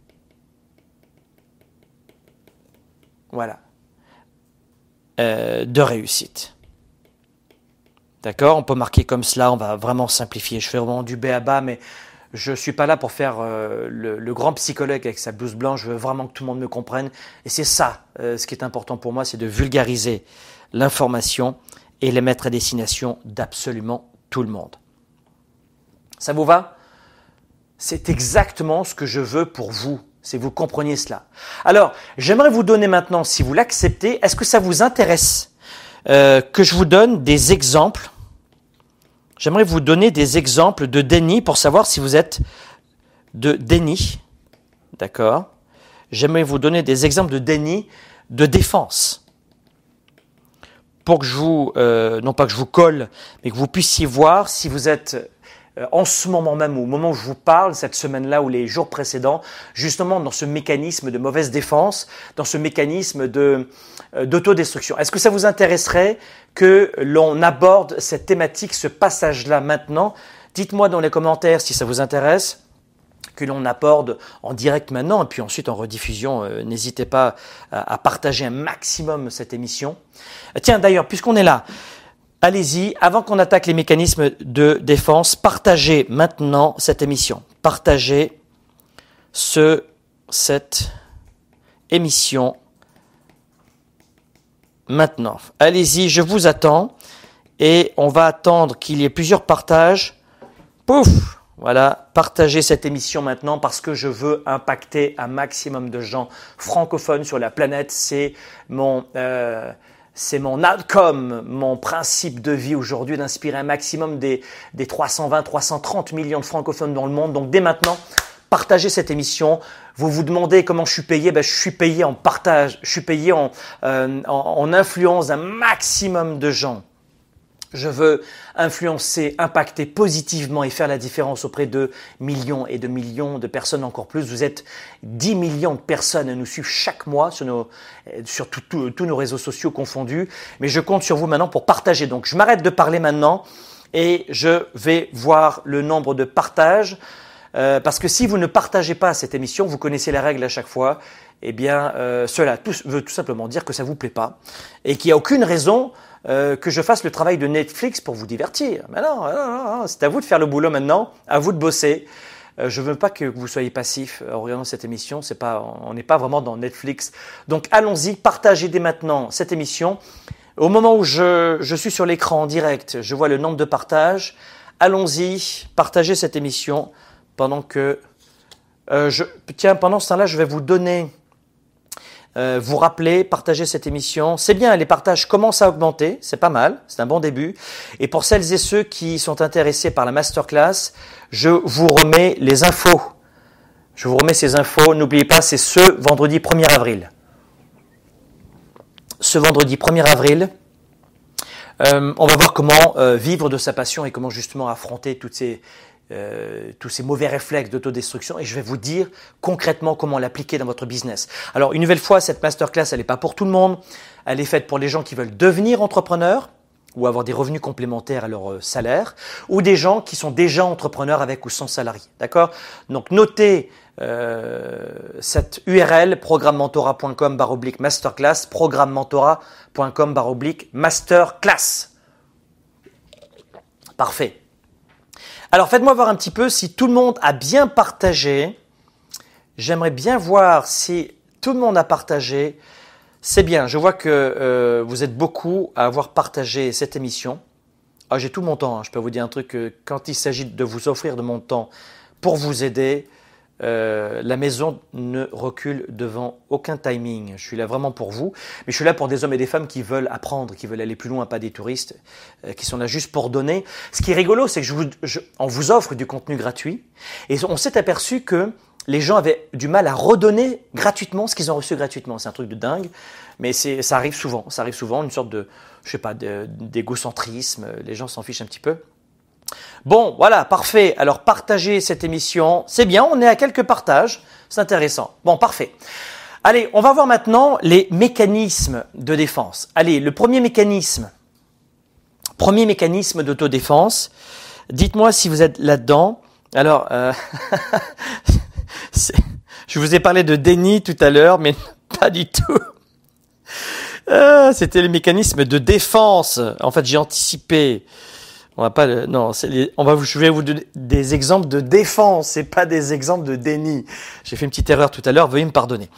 Voilà. De réussite. D'accord? On peut marquer comme cela, on va vraiment simplifier. Je fais vraiment du b à bas, mais je ne suis pas là pour faire le grand psychologue avec sa blouse blanche. Je veux vraiment que tout le monde me comprenne. Et c'est ça, ce qui est important pour moi, c'est de vulgariser l'information et les mettre à destination d'absolument tout le monde. Ça vous va? C'est exactement ce que je veux pour vous. C'est que vous compreniez cela. Alors, j'aimerais vous donner maintenant, si vous l'acceptez, est-ce que ça vous intéresse que je vous donne des exemples? J'aimerais vous donner des exemples de déni pour savoir si vous êtes de déni. D'accord? J'aimerais vous donner des exemples de déni de défense. Pour que je vous, non pas que je vous colle, mais que vous puissiez voir si vous êtes en ce moment même, au moment où je vous parle, cette semaine-là ou les jours précédents, justement dans ce mécanisme de mauvaise défense, dans ce mécanisme d'autodestruction. Est-ce que ça vous intéresserait que l'on aborde cette thématique, ce passage-là maintenant? Dites-moi dans les commentaires si ça vous intéresse, que l'on aborde en direct maintenant et puis ensuite en rediffusion. N'hésitez pas à partager un maximum cette émission. Tiens, d'ailleurs, puisqu'on est là, allez-y, avant qu'on attaque les mécanismes de défense, partagez maintenant cette émission. Partagez cette émission maintenant. Allez-y, je vous attends et on va attendre qu'il y ait plusieurs partages. Pouf! Voilà, partagez cette émission maintenant parce que je veux impacter un maximum de gens francophones sur la planète. C'est mon outcome, mon principe de vie aujourd'hui, d'inspirer un maximum des 320, 330 millions de francophones dans le monde. Donc dès maintenant, partagez cette émission. Vous vous demandez comment je suis payé? Je suis payé en partage, je suis payé en influence d'un maximum de gens. Je veux influencer, impacter positivement et faire la différence auprès de millions et de millions de personnes encore plus. Vous êtes 10 millions de personnes à nous suivre chaque mois sur tous nos réseaux sociaux confondus. Mais je compte sur vous maintenant pour partager. Donc, je m'arrête de parler maintenant et je vais voir le nombre de partages. Parce que si vous ne partagez pas cette émission, vous connaissez les règles à chaque fois, eh bien, cela veut tout simplement dire que ça vous plaît pas et qu'il n'y a aucune raison que je fasse le travail de Netflix pour vous divertir. Mais non, c'est à vous de faire le boulot maintenant, à vous de bosser. Je veux pas que vous soyez passif en regardant cette émission. On n'est pas vraiment dans Netflix. Donc allons-y, partagez dès maintenant cette émission. Au moment où je suis sur l'écran en direct, je vois le nombre de partages. Allons-y, partagez cette émission pendant que pendant ce temps-là, je vais vous donner. Vous rappeler, partager cette émission. C'est bien, les partages commencent à augmenter, c'est pas mal, c'est un bon début. Et pour celles et ceux qui sont intéressés par la masterclass, je vous remets les infos. Je vous remets ces infos. N'oubliez pas, c'est ce vendredi 1er avril. Ce vendredi 1er avril, on va voir comment vivre de sa passion et comment justement affronter tous ces mauvais réflexes d'autodestruction et je vais vous dire concrètement comment l'appliquer dans votre business. Alors une nouvelle fois, cette masterclass, elle n'est pas pour tout le monde. Elle est faite pour les gens qui veulent devenir entrepreneurs ou avoir des revenus complémentaires à leur salaire ou des gens qui sont déjà entrepreneurs avec ou sans salarié. D'accord? Donc notez cette URL programmementorat.com/masterclass programmementorat.com/masterclass. Parfait. Alors, faites-moi voir un petit peu si tout le monde a bien partagé. J'aimerais bien voir si tout le monde a partagé. C'est bien, je vois que vous êtes beaucoup à avoir partagé cette émission. J'ai tout mon temps, je peux vous dire un truc, quand il s'agit de vous offrir de mon temps pour vous aider, La maison ne recule devant aucun timing. Je suis là vraiment pour vous, mais je suis là pour des hommes et des femmes qui veulent apprendre, qui veulent aller plus loin, pas des touristes, qui sont là juste pour donner. Ce qui est rigolo, c'est que on vous offre du contenu gratuit, et on s'est aperçu que les gens avaient du mal à redonner gratuitement ce qu'ils ont reçu gratuitement. C'est un truc de dingue, mais ça arrive souvent. Ça arrive souvent, une sorte de, je sais pas, d'égocentrisme. Les gens s'en fichent un petit peu. Bon, voilà, parfait. Alors, partagez cette émission. C'est bien, on est à quelques partages. C'est intéressant. Bon, parfait. Allez, on va voir maintenant les mécanismes de défense. Allez, le premier mécanisme d'autodéfense. Dites-moi si vous êtes là-dedans. Alors, je vous ai parlé de déni tout à l'heure, mais pas du tout. C'était le mécanisme de défense. En fait, j'ai anticipé. On va pas non, je vais vous donner des exemples de défense et pas des exemples de déni. J'ai fait une petite erreur tout à l'heure, veuillez me pardonner.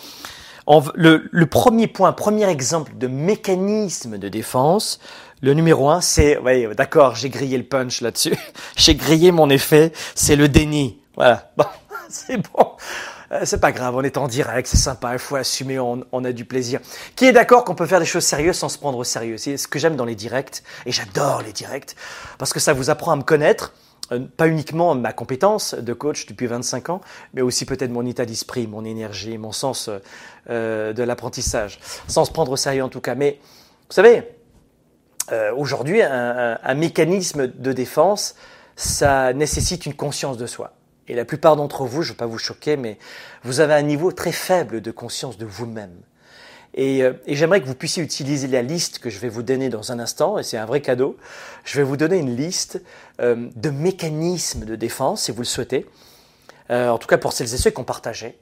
Le premier exemple de mécanisme de défense, le numéro 1, c'est, oui, d'accord, j'ai grillé le punch là-dessus. J'ai grillé mon effet, c'est le déni. Voilà. Bon, c'est bon. C'est pas grave, on est en direct, c'est sympa, il faut assumer, on a du plaisir. Qui est d'accord qu'on peut faire des choses sérieuses sans se prendre au sérieux? C'est ce que j'aime dans les directs, et j'adore les directs, parce que ça vous apprend à me connaître, pas uniquement ma compétence de coach depuis 25 ans, mais aussi peut-être mon état d'esprit, mon énergie, mon sens de l'apprentissage, sans se prendre au sérieux en tout cas. Mais vous savez, aujourd'hui, un mécanisme de défense, ça nécessite une conscience de soi. Et la plupart d'entre vous, je ne veux pas vous choquer, mais vous avez un niveau très faible de conscience de vous-même. Et j'aimerais que vous puissiez utiliser la liste que je vais vous donner dans un instant, et c'est un vrai cadeau. Je vais vous donner une liste de mécanismes de défense, si vous le souhaitez. En tout cas pour celles et ceux qui ont partagé.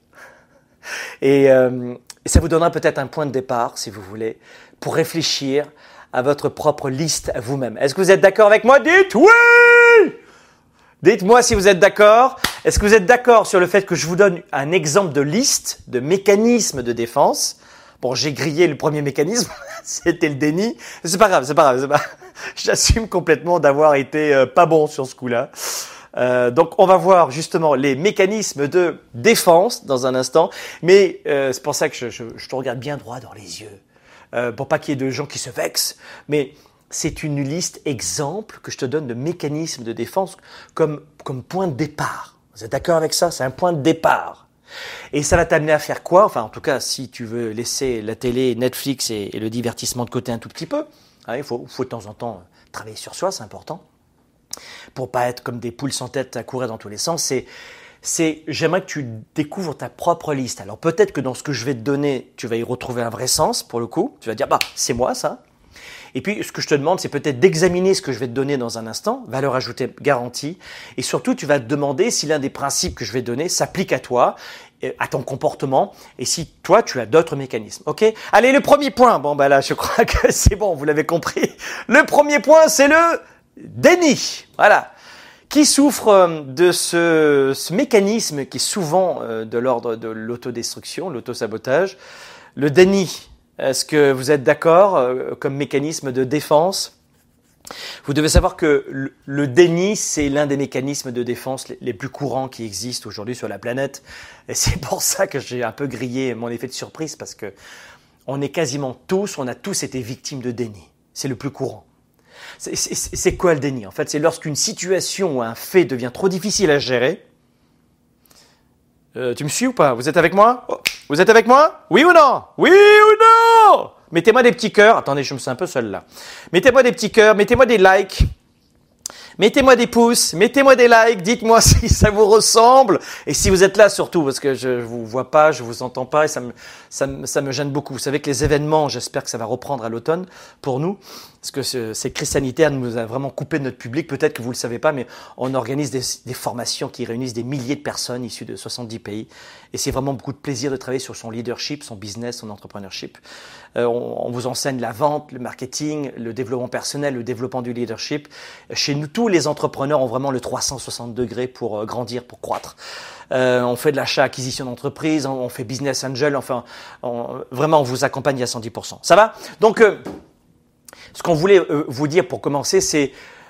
Et ça vous donnera peut-être un point de départ, si vous voulez, pour réfléchir à votre propre liste à vous-même. Est-ce que vous êtes d'accord avec moi? Dites oui! Dites-moi si vous êtes d'accord. Est-ce que vous êtes d'accord sur le fait que je vous donne un exemple de liste, de mécanisme de défense? Bon, j'ai grillé le premier mécanisme, c'était le déni. C'est pas grave. J'assume complètement d'avoir été pas bon sur ce coup-là. Donc, on va voir justement les mécanismes de défense dans un instant. Mais c'est pour ça que je te regarde bien droit dans les yeux. Pour pas qu'il y ait de gens qui se vexent. Mais c'est une liste exemple que je te donne de mécanismes de défense comme point de départ. Vous êtes d'accord avec ça? C'est un point de départ. Et ça va t'amener à faire quoi? Enfin, en tout cas, si tu veux laisser la télé, Netflix et le divertissement de côté un tout petit peu, hein, il faut de temps en temps travailler sur soi, c'est important. Pour pas être comme des poules sans tête à courir dans tous les sens, j'aimerais que tu découvres ta propre liste. Alors peut-être que dans ce que je vais te donner, tu vas y retrouver un vrai sens pour le coup. Tu vas dire, c'est moi ça. Et puis, ce que je te demande, c'est peut-être d'examiner ce que je vais te donner dans un instant, valeur ajoutée garantie. Et surtout, tu vas te demander si l'un des principes que je vais te donner s'applique à toi, à ton comportement, et si toi, tu as d'autres mécanismes. Ok? Allez, le premier point. Bon, là, je crois que c'est bon, vous l'avez compris. Le premier point, c'est le déni. Voilà. Qui souffre de ce mécanisme qui est souvent de l'ordre de l'autodestruction, l'autosabotage, le déni. Est-ce que vous êtes d'accord comme mécanisme de défense? Vous devez savoir que le déni, c'est l'un des mécanismes de défense les plus courants qui existent aujourd'hui sur la planète. Et c'est pour ça que j'ai un peu grillé mon effet de surprise parce que on a tous été victimes de déni. C'est le plus courant. C'est quoi le déni? En fait, c'est lorsqu'une situation ou un fait devient trop difficile à gérer. Tu me suis ou pas? Vous êtes avec moi? Vous êtes avec moi? Oui ou non? Oui ou non? Mettez-moi des petits cœurs. Attendez, je me sens un peu seul là. Mettez-moi des petits cœurs, mettez-moi des likes. Mettez-moi des pouces, mettez-moi des likes, dites-moi si ça vous ressemble et si vous êtes là surtout parce que je vous vois pas, je vous entends pas et ça me gêne beaucoup. Vous savez que les événements, j'espère que ça va reprendre à l'automne pour nous parce que ces crises sanitaires nous a vraiment coupé de notre public. Peut-être que vous le savez pas, mais on organise des formations qui réunissent des milliers de personnes issues de 70 pays et c'est vraiment beaucoup de plaisir de travailler sur son leadership, son business, son entrepreneurship. On vous enseigne la vente, le marketing, le développement personnel, le développement du leadership. Chez nous, tous les entrepreneurs ont vraiment le 360 degrés pour grandir, pour croître. On fait de l'achat-acquisition d'entreprise, on fait business angel, enfin, vraiment, on vous accompagne à 110%. Ça va? Donc, ce qu'on voulait vous dire pour commencer, c'est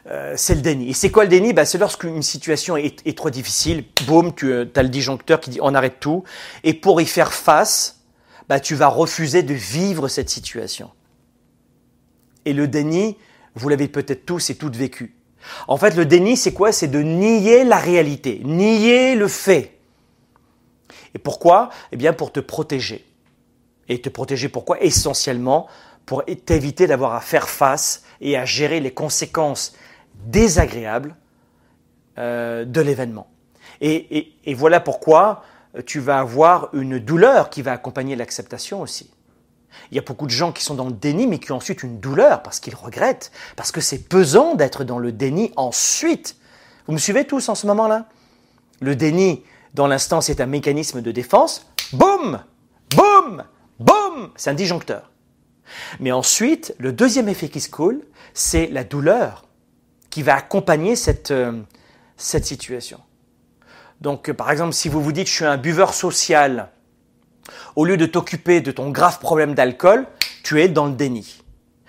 c'est le déni. Et c'est quoi le déni? C'est lorsqu'une situation est trop difficile, boum, tu as le disjoncteur qui dit on arrête tout. Et pour y faire face, tu vas refuser de vivre cette situation. Et le déni, vous l'avez peut-être tous et toutes vécu. En fait, le déni, c'est quoi? C'est de nier la réalité, nier le fait. Et pourquoi? Eh bien, pour te protéger. Et te protéger pourquoi? Essentiellement pour t'éviter d'avoir à faire face et à gérer les conséquences désagréables de l'événement. Et voilà pourquoi tu vas avoir une douleur qui va accompagner l'acceptation aussi. Il y a beaucoup de gens qui sont dans le déni, mais qui ont ensuite une douleur parce qu'ils regrettent, parce que c'est pesant d'être dans le déni ensuite. Vous me suivez tous en ce moment-là? Le déni, dans l'instant, c'est un mécanisme de défense. Boum! Boum! Boum! C'est un disjoncteur. Mais ensuite, le deuxième effet qui se coule, c'est la douleur qui va accompagner cette situation. Donc, par exemple, si vous vous dites « je suis un buveur social », au lieu de t'occuper de ton grave problème d'alcool, tu es dans le déni.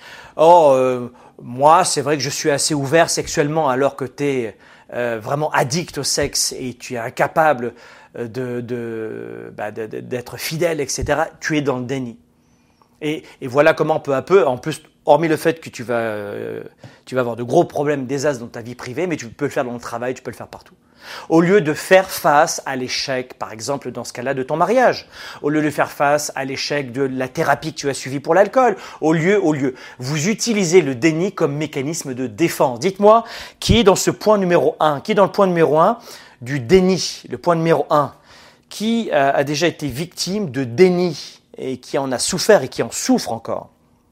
Moi, c'est vrai que je suis assez ouvert sexuellement alors que tu es vraiment addict au sexe et tu es incapable d'être fidèle, etc. Tu es dans le déni. Et voilà comment peu à peu, en plus, hormis le fait que tu vas avoir de gros problèmes, des as dans ta vie privée, mais tu peux le faire dans le travail, tu peux le faire partout. Au lieu de faire face à l'échec, par exemple, dans ce cas-là, de ton mariage, au lieu de faire face à l'échec de la thérapie que tu as suivie pour l'alcool, au lieu, vous utilisez le déni comme mécanisme de défense. Dites-moi, qui est dans ce point numéro 1? Qui est dans le point numéro 1 du déni? Le point numéro 1. Qui a déjà été victime de déni et qui en a souffert et qui en souffre encore?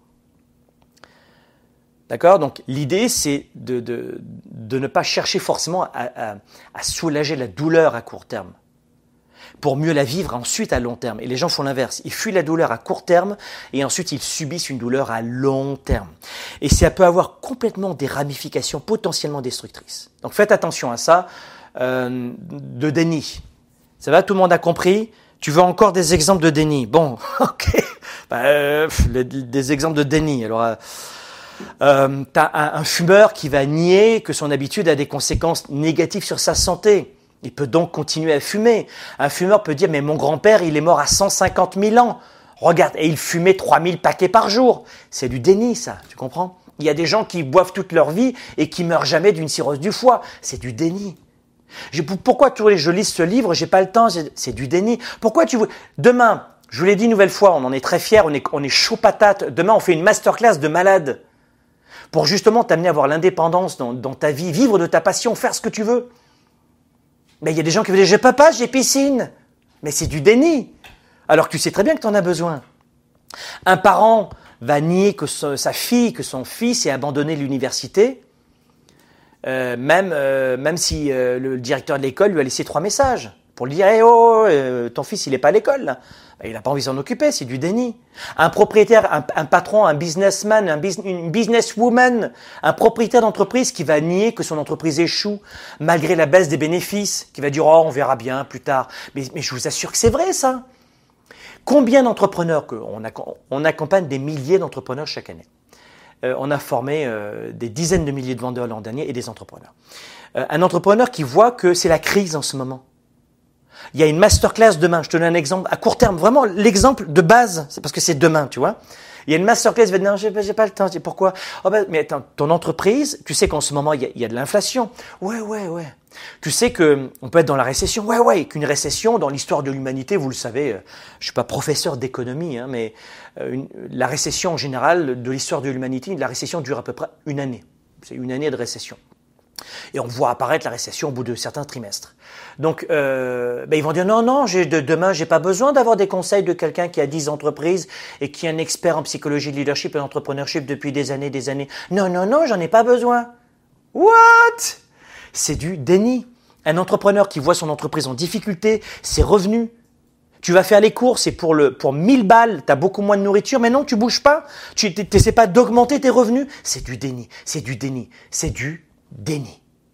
D'accord? Donc, l'idée, c'est de ne pas chercher forcément à soulager la douleur à court terme pour mieux la vivre ensuite à long terme. Et les gens font l'inverse. Ils fuient la douleur à court terme et ensuite ils subissent une douleur à long terme. Et ça peut avoir complètement des ramifications potentiellement destructrices. Donc, faites attention à ça. De déni. Ça va? Tout le monde a compris? Tu veux encore des exemples de déni? Bon, ok. Des exemples de déni. Alors... t'as un fumeur qui va nier que son habitude a des conséquences négatives sur sa santé. Il peut donc continuer à fumer. Un fumeur peut dire « mais mon grand-père, il est mort à 150 000 ans. Regarde, et il fumait 3000 paquets par jour. » C'est du déni, ça, tu comprends? Il y a des gens qui boivent toute leur vie et qui meurent jamais d'une cirrhose du foie. C'est du déni. Pourquoi je lis ce livre? J'ai pas le temps. C'est du déni. Pourquoi tu veux... Demain, je vous l'ai dit une nouvelle fois, on en est très fiers, on est chaud patate. Demain, on fait une masterclass de malade. Pour justement t'amener à avoir l'indépendance dans ta vie, vivre de ta passion, faire ce que tu veux. Mais il y a des gens qui vont dire « je peux pas, j'ai piscine ». Mais c'est du déni, alors que tu sais très bien que tu en as besoin. Un parent va nier que sa fille, que son fils ait abandonné l'université, même si le directeur de l'école lui a laissé 3 messages pour lui dire hey, « ton fils il n'est pas à l'école là ». Il n'a pas envie de s'en occuper, c'est du déni. Un propriétaire, un patron, un businessman, une businesswoman, un propriétaire d'entreprise qui va nier que son entreprise échoue malgré la baisse des bénéfices, qui va dire « oh, on verra bien plus tard ». Mais je vous assure que c'est vrai ça. Combien d'entrepreneurs, on accompagne des milliers d'entrepreneurs chaque année. On a formé des dizaines de milliers de vendeurs l'an dernier et des entrepreneurs. Un entrepreneur qui voit que c'est la crise en ce moment. Il y a une masterclass demain, je te donne un exemple à court terme, vraiment l'exemple de base, c'est parce que c'est demain, tu vois. Il y a une masterclass, il va dire non, j'ai pas le temps, pourquoi? Mais attends, ton entreprise, tu sais qu'en ce moment il y a de l'inflation. Ouais. Tu sais que on peut être dans la récession. Ouais, qu'une récession dans l'histoire de l'humanité, vous le savez, je suis pas professeur d'économie, mais la récession en général de l'histoire de l'humanité, la récession dure à peu près une année. C'est une année de récession. Et on voit apparaître la récession au bout de certains trimestres. Donc, ils vont dire non, demain, j'ai pas besoin d'avoir des conseils de quelqu'un qui a 10 entreprises et qui est un expert en psychologie de leadership et d'entrepreneurship depuis des années. Non, j'en ai pas besoin. What? C'est du déni. Un entrepreneur qui voit son entreprise en difficulté, ses revenus. Tu vas faire les courses et pour 1000 balles, tu as beaucoup moins de nourriture, mais non, tu bouges pas. Tu n'essaies pas d'augmenter tes revenus. C'est du déni.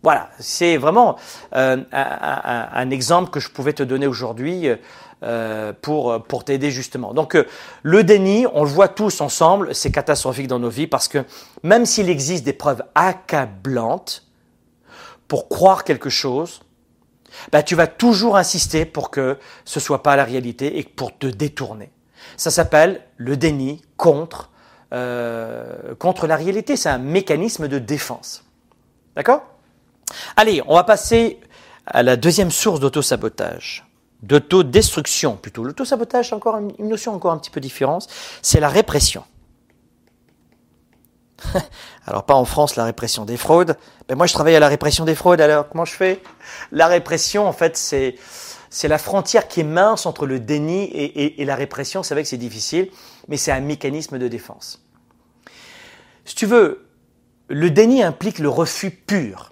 Voilà, c'est vraiment un exemple que je pouvais te donner aujourd'hui pour t'aider justement. Donc le déni, on le voit tous ensemble, c'est catastrophique dans nos vies parce que même s'il existe des preuves accablantes pour croire quelque chose, tu vas toujours insister pour que ce ne soit pas la réalité et pour te détourner. Ça s'appelle le déni contre la réalité. C'est un mécanisme de défense. D'accord ? Allez, on va passer à la deuxième source d'autosabotage, d'autodestruction plutôt. L'autosabotage, c'est encore une notion encore un petit peu différente, c'est la répression. Alors pas en France la répression des fraudes, mais moi je travaille à la répression des fraudes, alors comment je fais ? La répression en fait c'est la frontière qui est mince entre le déni et la répression. C'est vrai que c'est difficile, mais c'est un mécanisme de défense. Si tu veux, le déni implique le refus pur.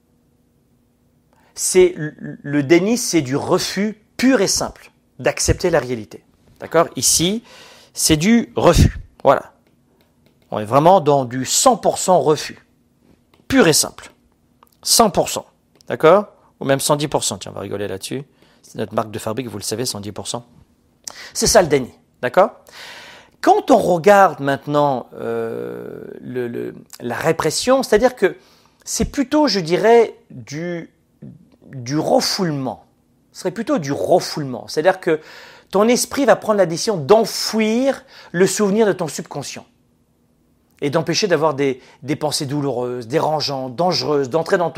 Le déni, c'est du refus pur et simple d'accepter la réalité. D'accord ? Ici, c'est du refus. Voilà. On est vraiment dans du 100% refus. Pur et simple. 100%. D'accord ? Ou même 110%. Tiens, on va rigoler là-dessus. C'est notre marque de fabrique, vous le savez, 110%. C'est ça le déni. D'accord ? Quand on regarde maintenant la répression, c'est-à-dire que c'est plutôt, je dirais, du refoulement. Ce serait plutôt du refoulement. C'est-à-dire que ton esprit va prendre la décision d'enfouir le souvenir de ton subconscient et d'empêcher d'avoir des pensées douloureuses, dérangeantes, dangereuses, d'entrer dans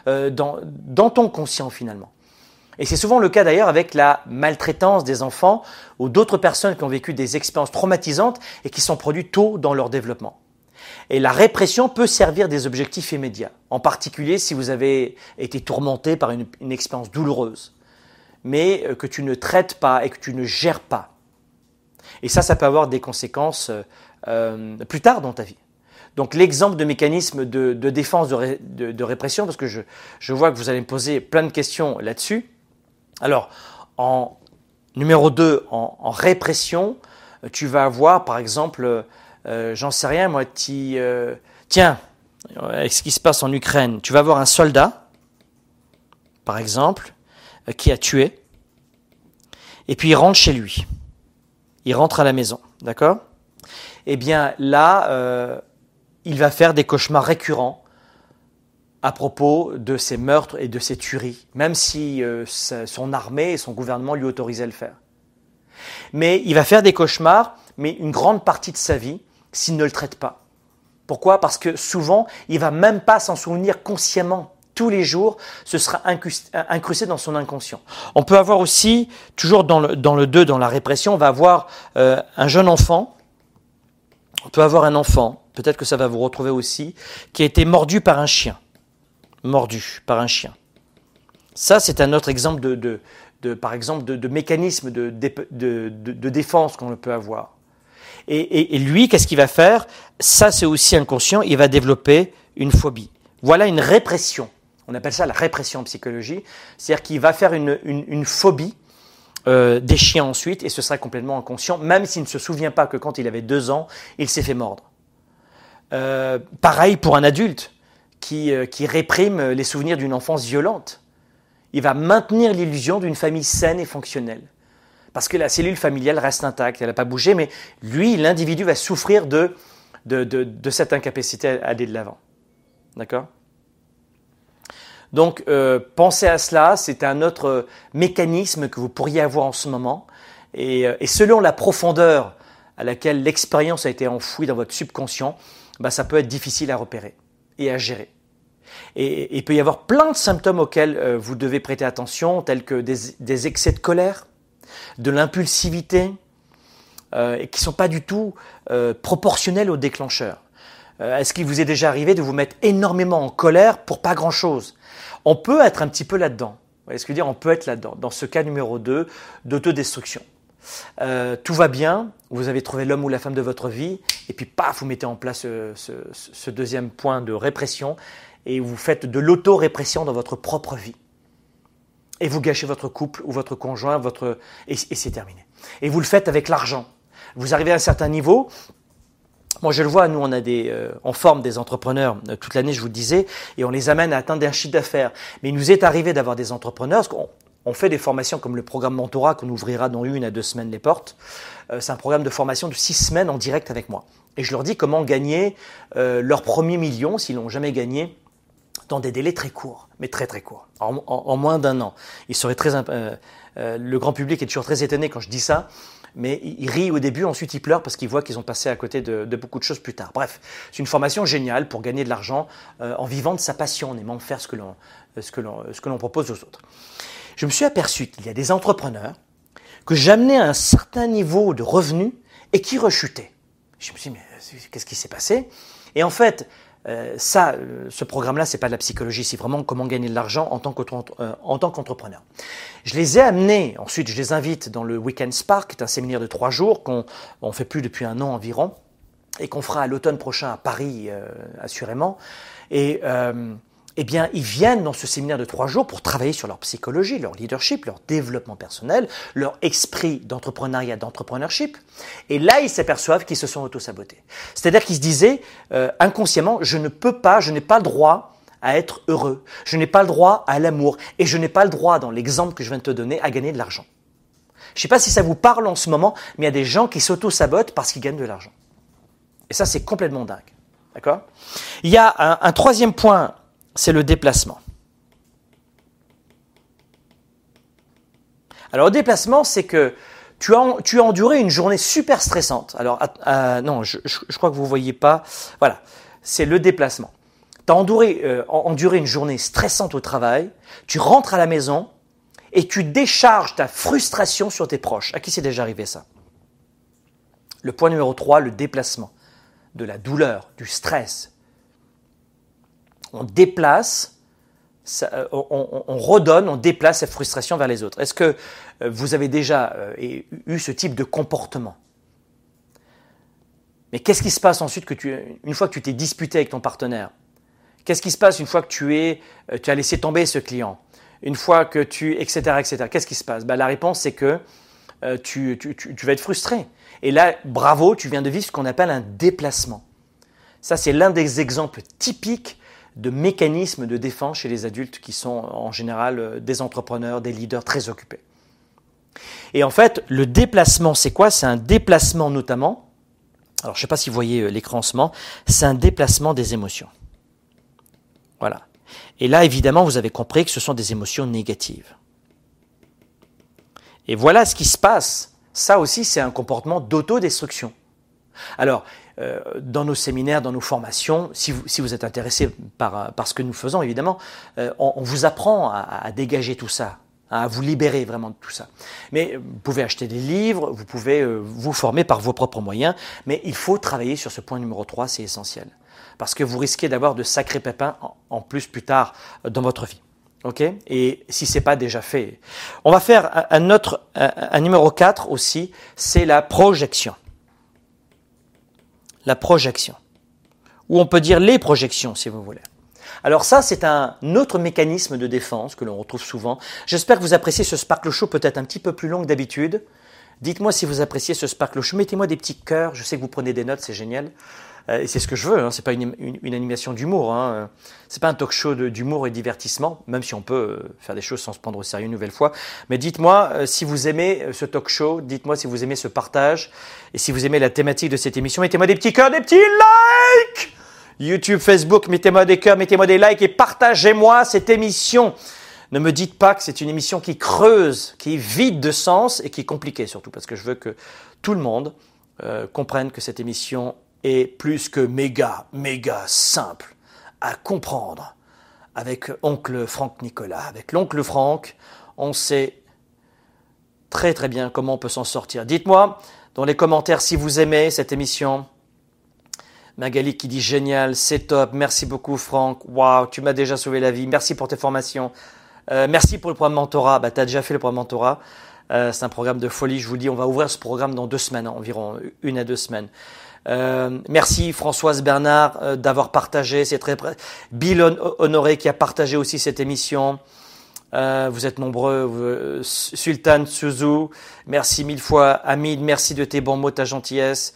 ton conscient finalement. Et c'est souvent le cas d'ailleurs avec la maltraitance des enfants ou d'autres personnes qui ont vécu des expériences traumatisantes et qui sont produites tôt dans leur développement. Et la répression peut servir des objectifs immédiats, en particulier si vous avez été tourmenté par une expérience douloureuse, mais que tu ne traites pas et que tu ne gères pas. Et ça peut avoir des conséquences plus tard dans ta vie. Donc l'exemple de mécanisme de défense, de répression, parce que je vois que vous allez me poser plein de questions là-dessus. Alors, en numéro 2, en répression, tu vas avoir par exemple... j'en sais rien, moi, tiens, avec ce qui se passe en Ukraine, tu vas avoir un soldat, par exemple, qui a tué, et puis il rentre chez lui. Il rentre à la maison, d'accord ? Eh bien, là, il va faire des cauchemars récurrents à propos de ces meurtres et de ces tueries, même si son armée et son gouvernement lui autorisaient à le faire. Mais il va faire des cauchemars, mais une grande partie de sa vie, s'il ne le traite pas. Pourquoi ? Parce que souvent, il ne va même pas s'en souvenir consciemment. Tous les jours, ce sera incrusté dans son inconscient. On peut avoir aussi, toujours dans le 2, dans la répression, on va avoir un jeune enfant. On peut avoir un enfant, peut-être que ça va vous retrouver aussi, qui a été mordu par un chien. Mordu par un chien. Ça, c'est un autre exemple de mécanisme de défense qu'on peut avoir. Et lui, qu'est-ce qu'il va faire ? Ça, c'est aussi inconscient, il va développer une phobie. Voilà une répression. On appelle ça la répression en psychologie. C'est-à-dire qu'il va faire une phobie des chiens ensuite, et ce sera complètement inconscient, même s'il ne se souvient pas que quand il avait 2 ans, il s'est fait mordre. Pareil pour un adulte qui réprime les souvenirs d'une enfance violente. Il va maintenir l'illusion d'une famille saine et fonctionnelle. Parce que la cellule familiale reste intacte, elle n'a pas bougé, mais lui, l'individu va souffrir de cette incapacité à aller de l'avant. D'accord ? Donc, pensez à cela, c'est un autre mécanisme que vous pourriez avoir en ce moment. Et selon la profondeur à laquelle l'expérience a été enfouie dans votre subconscient, ça peut être difficile à repérer et à gérer. Et il peut y avoir plein de symptômes auxquels vous devez prêter attention, tels que des excès de colère, de l'impulsivité, et qui ne sont pas du tout proportionnels au déclencheur. Est-ce qu'il vous est déjà arrivé de vous mettre énormément en colère pour pas grand-chose ? On peut être un petit peu là-dedans. Vous voyez ce que je veux dire ? On peut être là-dedans, dans ce cas numéro 2 d'autodestruction. Tout va bien, vous avez trouvé l'homme ou la femme de votre vie, et puis paf, vous mettez en place ce deuxième point de répression, et vous faites de l'auto-répression dans votre propre vie. Et vous gâchez votre couple ou votre conjoint, et c'est terminé. Et vous le faites avec l'argent. Vous arrivez à un certain niveau, Moi, je le vois, nous, on forme des entrepreneurs toute l'année, je vous le disais, et on les amène à atteindre un chiffre d'affaires. Mais il nous est arrivé d'avoir des entrepreneurs, parce qu'on fait des formations comme le programme Mentorat, qu'on ouvrira dans 1 à 2 semaines les portes. C'est un programme de formation de 6 semaines en direct avec moi. Et je leur dis comment gagner leur premier million, s'ils l'ont jamais gagné, dans des délais très courts, mais très très courts, en moins d'1 an. Le grand public est toujours très étonné quand je dis ça, mais il rit au début, ensuite il pleure parce qu'il voit qu'ils ont passé à côté de beaucoup de choses plus tard. Bref, c'est une formation géniale pour gagner de l'argent en vivant de sa passion, en aimant faire ce que l'on propose aux autres. Je me suis aperçu qu'il y a des entrepreneurs que j'amenais à un certain niveau de revenus et qui rechutaient. Je me suis dit, mais qu'est-ce qui s'est passé? Et en fait, ce programme-là, c'est pas de la psychologie, c'est vraiment comment gagner de l'argent en tant qu'entrepreneur. Je les ai amenés, ensuite je les invite dans le Weekend Spark, qui est un séminaire de 3 jours qu'on fait plus depuis 1 an environ, et qu'on fera à l'automne prochain à Paris, assurément. Et eh bien, ils viennent dans ce séminaire de 3 jours pour travailler sur leur psychologie, leur leadership, leur développement personnel, leur esprit d'entrepreneuriat, d'entrepreneurship. Et là, ils s'aperçoivent qu'ils se sont auto-sabotés. C'est-à-dire qu'ils se disaient inconsciemment, je n'ai pas le droit à être heureux, je n'ai pas le droit à l'amour, et je n'ai pas le droit, dans l'exemple que je viens de te donner, à gagner de l'argent. Je ne sais pas si ça vous parle en ce moment, mais il y a des gens qui s'auto-sabotent parce qu'ils gagnent de l'argent. Et ça, c'est complètement dingue. D'accord ? Il y a un troisième point, c'est le déplacement. Alors, le déplacement, c'est que tu as enduré une journée super stressante. Alors, non, je crois que vous ne voyez pas. Voilà, c'est le déplacement. Tu as enduré une journée stressante au travail, tu rentres à la maison et tu décharges ta frustration sur tes proches. À qui c'est déjà arrivé ça? Le point numéro 3, le déplacement. De la douleur, du stress. On déplace, on redonne, on déplace cette frustration vers les autres. Est-ce que vous avez déjà eu ce type de comportement? Mais qu'est-ce qui se passe ensuite une fois que tu t'es disputé avec ton partenaire? Qu'est-ce qui se passe une fois que tu as laissé tomber ce client? Une fois que etc., etc. Qu'est-ce qui se passe? La réponse, c'est que tu vas être frustré. Et là, bravo, tu viens de vivre ce qu'on appelle un déplacement. Ça, c'est l'un des exemples typiques de mécanismes de défense chez les adultes qui sont en général des entrepreneurs, des leaders très occupés. Et en fait, le déplacement, c'est quoi? C'est un déplacement notamment, alors je ne sais pas si vous voyez l'écran en ce moment, c'est un déplacement des émotions. Voilà. Et là, évidemment, vous avez compris que ce sont des émotions négatives. Et voilà ce qui se passe. Ça aussi, c'est un comportement d'autodestruction. Alors, dans nos séminaires, dans nos formations, si vous êtes intéressé par ce que nous faisons, évidemment, on vous apprend à dégager tout ça, à vous libérer vraiment de tout ça. Mais vous pouvez acheter des livres, vous pouvez vous former par vos propres moyens, mais il faut travailler sur ce point numéro 3, c'est essentiel. Parce que vous risquez d'avoir de sacrés pépins en plus dans votre vie. Okay? Et si ce n'est pas déjà fait. On va faire un numéro 4 aussi, c'est la projection. La projection. Ou on peut dire les projections, si vous voulez. Alors ça, c'est un autre mécanisme de défense que l'on retrouve souvent. J'espère que vous appréciez ce Sparkle Show peut-être un petit peu plus long que d'habitude. Dites-moi si vous appréciez ce Sparkle Show. Mettez-moi des petits cœurs. Je sais que vous prenez des notes, c'est génial. Et c'est ce que je veux, hein. C'est pas une animation d'humour, hein. C'est pas un talk show d'humour et divertissement, même si on peut faire des choses sans se prendre au sérieux une nouvelle fois. Mais dites-moi si vous aimez ce talk show, dites-moi si vous aimez ce partage, et si vous aimez la thématique de cette émission, mettez-moi des petits cœurs, des petits likes! YouTube, Facebook, mettez-moi des cœurs, mettez-moi des likes et partagez-moi cette émission. Ne me dites pas que c'est une émission qui creuse, qui est vide de sens et qui est compliquée surtout, parce que je veux que tout le monde comprenne que cette émission est plus que méga simple à comprendre. Avec oncle Franck Nicolas, avec l'oncle Franck, on sait très très bien comment on peut s'en sortir. Dites-moi dans les commentaires si vous aimez cette émission. Magali qui dit génial, c'est top, merci beaucoup Franck, waouh, tu m'as déjà sauvé la vie, merci pour tes formations, merci pour le programme mentorat, tu as déjà fait le programme mentorat, c'est un programme de folie, je vous dis, on va ouvrir ce programme dans 2 semaines, environ 1 à 2 semaines. Merci Françoise Bernard d'avoir partagé, c'est très Bill Honoré qui a partagé aussi cette émission. Vous êtes nombreux, Sultan Suzu, merci 1000 fois. Hamid, merci de tes bons mots, ta gentillesse.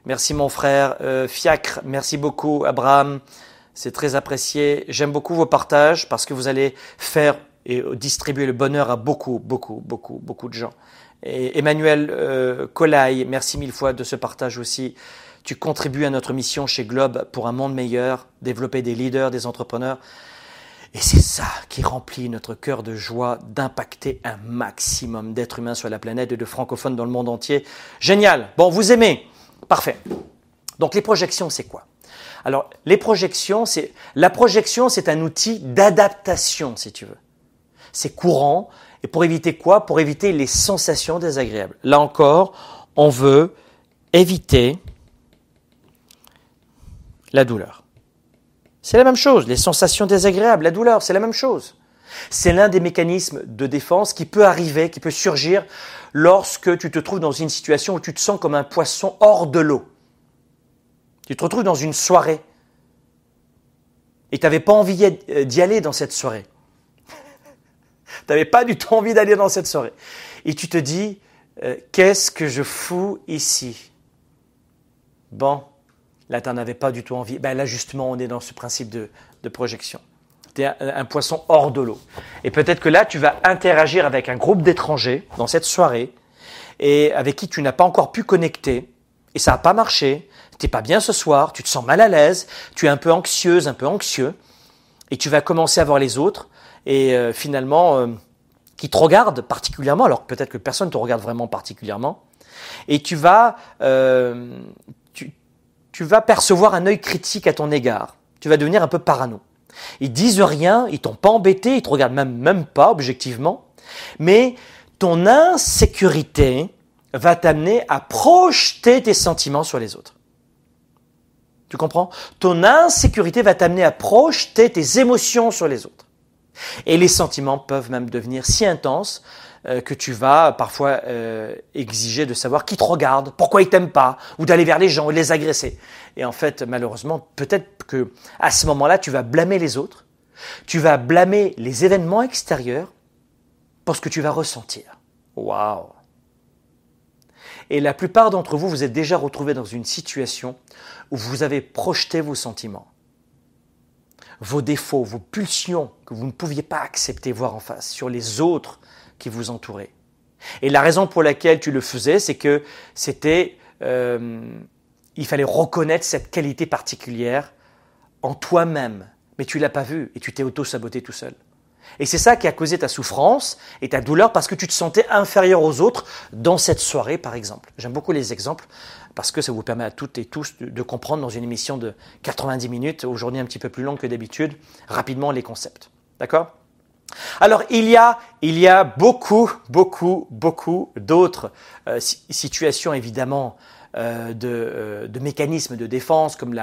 Merci mon frère. Fiacre, merci beaucoup. Abraham, c'est très apprécié. J'aime beaucoup vos partages parce que vous allez faire et distribuer le bonheur à beaucoup de gens. Et Emmanuel Colai, merci mille fois de ce partage aussi. Tu contribues à notre mission chez Globe pour un monde meilleur, développer des leaders, des entrepreneurs. Et c'est ça qui remplit notre cœur de joie d'impacter un maximum d'êtres humains sur la planète et de francophones dans le monde entier. Génial. Bon, vous aimez. Parfait. Donc les projections, c'est quoi? Alors, la projection, c'est un outil d'adaptation, si tu veux. C'est courant. Et pour éviter quoi? Pour éviter les sensations désagréables. Là encore, on veut éviter la douleur. C'est la même chose. Les sensations désagréables, la douleur, c'est la même chose. C'est l'un des mécanismes de défense qui peut arriver, qui peut surgir lorsque tu te trouves dans une situation où tu te sens comme un poisson hors de l'eau. Tu te retrouves dans une soirée et tu n'avais pas envie d'y aller dans cette soirée. Tu n'avais pas du tout envie d'aller dans cette soirée. Et tu te dis, qu'est-ce que je fous ici? Bon, là, tu n'en avais pas du tout envie. Ben là, justement, on est dans ce principe de projection. Tu es un poisson hors de l'eau. Et peut-être que là, tu vas interagir avec un groupe d'étrangers dans cette soirée et avec qui tu n'as pas encore pu connecter. Et ça n'a pas marché. Tu n'es pas bien ce soir, tu te sens mal à l'aise, tu es un peu anxieuse, un peu anxieux. Et tu vas commencer à voir les autres et finalement, qui te regardent particulièrement, alors que peut-être que personne ne te regarde vraiment particulièrement. Et tu vas percevoir un œil critique à ton égard. Tu vas devenir un peu parano. Ils disent rien, ils t'ont pas embêté, ils te regardent même pas objectivement. Mais ton insécurité va t'amener à projeter tes sentiments sur les autres. Tu comprends? Ton insécurité va t'amener à projeter tes émotions sur les autres. Et les sentiments peuvent même devenir si intenses que tu vas parfois exiger de savoir qui te regarde, pourquoi ils t'aiment pas, ou d'aller vers les gens et les agresser. Et en fait, malheureusement, peut-être que à ce moment-là, tu vas blâmer les autres, tu vas blâmer les événements extérieurs pour ce que tu vas ressentir. Waouh! Et la plupart d'entre vous, vous êtes déjà retrouvés dans une situation où vous avez projeté vos sentiments, vos défauts, vos pulsions que vous ne pouviez pas accepter voir en face sur les autres qui vous entouraient. Et la raison pour laquelle tu le faisais, c'est que il fallait reconnaître cette qualité particulière en toi-même, mais tu l'as pas vue et tu t'es auto-saboté tout seul. Et c'est ça qui a causé ta souffrance et ta douleur parce que tu te sentais inférieur aux autres dans cette soirée, par exemple. J'aime beaucoup les exemples parce que ça vous permet à toutes et tous de comprendre dans une émission de 90 minutes, aujourd'hui un petit peu plus longue que d'habitude, rapidement les concepts. D'accord ? Alors, il y a beaucoup d'autres situations, évidemment, de mécanismes de défense, comme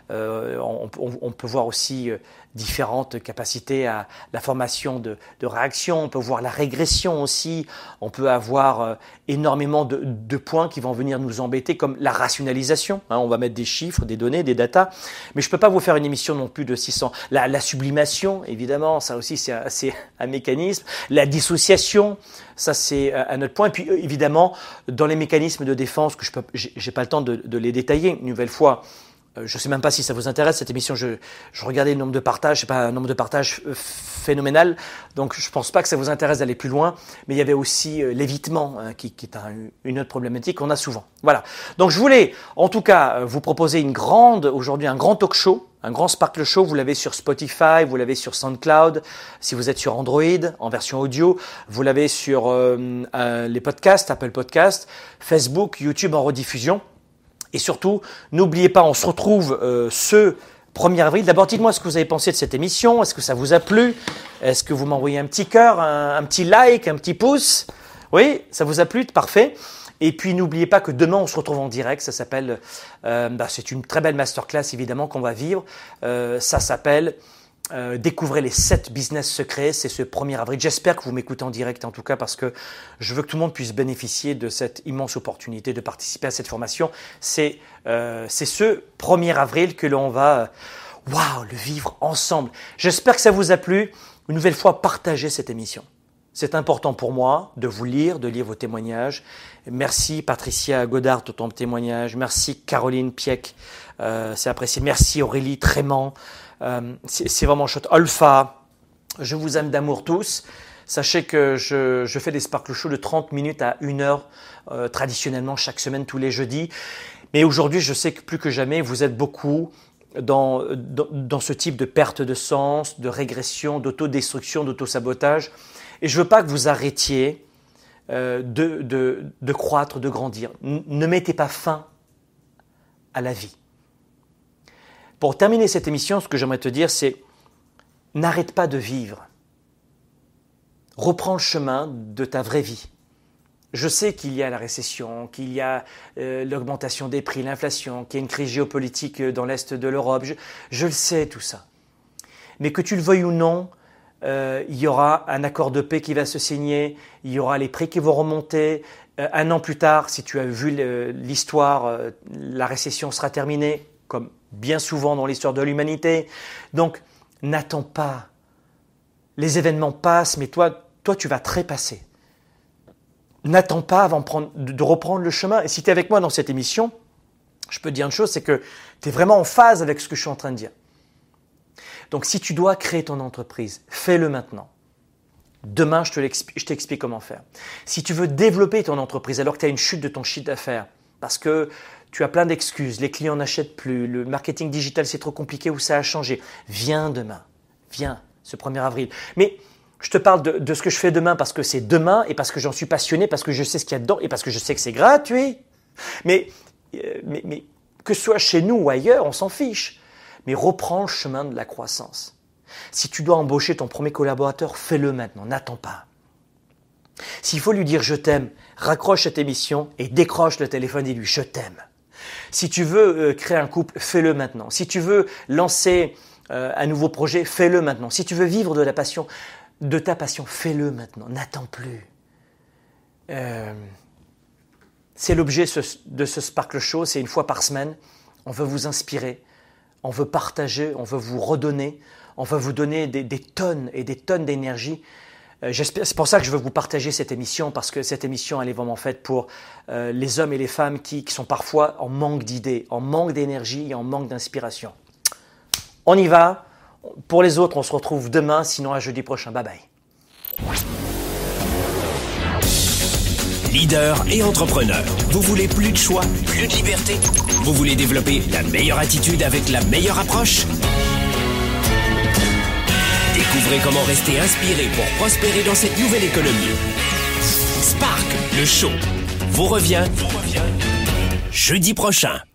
on peut voir aussi différentes capacités à la formation de réactions, on peut voir la régression aussi, on peut avoir énormément de points qui vont venir nous embêter, comme la rationalisation, on va mettre des chiffres, des données, des datas, mais je ne peux pas vous faire une émission non plus de 600. La sublimation, évidemment, ça aussi c'est un mécanisme, la dissociation, ça c'est un autre point, et puis évidemment, dans les mécanismes de défense, que j'ai pas le temps de les détailler, une nouvelle fois, je ne sais même pas si ça vous intéresse, cette émission, je regardais le nombre de partages, c'est pas un nombre de partages phénoménal, donc je ne pense pas que ça vous intéresse d'aller plus loin, mais il y avait aussi l'évitement, qui est une autre problématique qu'on a souvent. Voilà, donc je voulais en tout cas vous proposer aujourd'hui un grand talk show, un grand Sparkle Show, vous l'avez sur Spotify, vous l'avez sur SoundCloud, si vous êtes sur Android en version audio, vous l'avez sur les podcasts, Apple Podcasts, Facebook, YouTube en rediffusion. Et surtout, n'oubliez pas, on se retrouve ce 1er avril. D'abord, dites-moi ce que vous avez pensé de cette émission. Est-ce que ça vous a plu? Est-ce que vous m'envoyez un petit cœur, un petit like, un petit pouce? Oui, ça vous a plu? Parfait. Et puis, n'oubliez pas que demain, on se retrouve en direct. Ça s'appelle, c'est une très belle masterclass, évidemment, qu'on va vivre. Ça s'appelle Découvrez les 7 business secrets. C'est ce 1er avril. J'espère que vous m'écoutez en direct, en tout cas, parce que je veux que tout le monde puisse bénéficier de cette immense opportunité de participer à cette formation. C'est ce 1er avril que l'on va le vivre ensemble. J'espère que ça vous a plu. Une nouvelle fois, partagez cette émission. C'est important pour moi de vous lire, de lire vos témoignages. Merci Patricia Godard de ton témoignage. Merci Caroline Pieck, c'est apprécié. Merci Aurélie Trément, c'est vraiment chouette. Olfa, je vous aime d'amour tous. Sachez que je fais des Sparkle Show de 30 minutes à 1 heure traditionnellement chaque semaine, tous les jeudis. Mais aujourd'hui, je sais que plus que jamais, vous êtes beaucoup dans ce type de perte de sens, de régression, d'autodestruction, d'autosabotage. Et je ne veux pas que vous arrêtiez de croître, de grandir. Ne mettez pas fin à la vie. Pour terminer cette émission, ce que j'aimerais te dire, c'est n'arrête pas de vivre. Reprends le chemin de ta vraie vie. Je sais qu'il y a la récession, qu'il y a l'augmentation des prix, l'inflation, qu'il y a une crise géopolitique dans l'Est de l'Europe. Je le sais tout ça. Mais que tu le veuilles ou non, il y aura un accord de paix qui va se signer, il y aura les prix qui vont remonter. 1 an plus tard, si tu as vu l'histoire, la récession sera terminée, comme bien souvent dans l'histoire de l'humanité. Donc, n'attends pas. Les événements passent, mais toi, tu vas trépasser. N'attends pas avant de reprendre le chemin. Et si tu es avec moi dans cette émission, je peux te dire une chose, c'est que tu es vraiment en phase avec ce que je suis en train de dire. Donc, si tu dois créer ton entreprise, fais-le maintenant. Demain, je t'explique comment faire. Si tu veux développer ton entreprise alors que tu as une chute de ton chiffre d'affaires, parce que tu as plein d'excuses, les clients n'achètent plus, le marketing digital c'est trop compliqué ou ça a changé, viens demain, viens ce 1er avril. Mais je te parle de ce que je fais demain parce que c'est demain et parce que j'en suis passionné, parce que je sais ce qu'il y a dedans et parce que je sais que c'est gratuit. Mais que ce soit chez nous ou ailleurs, on s'en fiche. Mais reprends le chemin de la croissance. Si tu dois embaucher ton premier collaborateur, fais-le maintenant, n'attends pas. S'il faut lui dire « je t'aime », raccroche cette émission et décroche le téléphone et dis-lui « je t'aime ». Si tu veux créer un couple, fais-le maintenant. Si tu veux lancer un nouveau projet, fais-le maintenant. Si tu veux vivre de ta passion, fais-le maintenant, n'attends plus. C'est l'objet de ce Sparkle Show, c'est 1 fois par semaine. On veut vous inspirer, on veut partager, on veut vous redonner, on veut vous donner des tonnes et des tonnes d'énergie. C'est pour ça que je veux vous partager cette émission, parce que cette émission, elle est vraiment faite pour les hommes et les femmes qui sont parfois en manque d'idées, en manque d'énergie et en manque d'inspiration. On y va. Pour les autres, on se retrouve demain, sinon à jeudi prochain. Bye bye. Leader et entrepreneur, vous voulez plus de choix, plus de liberté? Vous voulez développer la meilleure attitude avec la meilleure approche? Découvrez comment rester inspiré pour prospérer dans cette nouvelle économie. Spark, le show, vous revient jeudi prochain.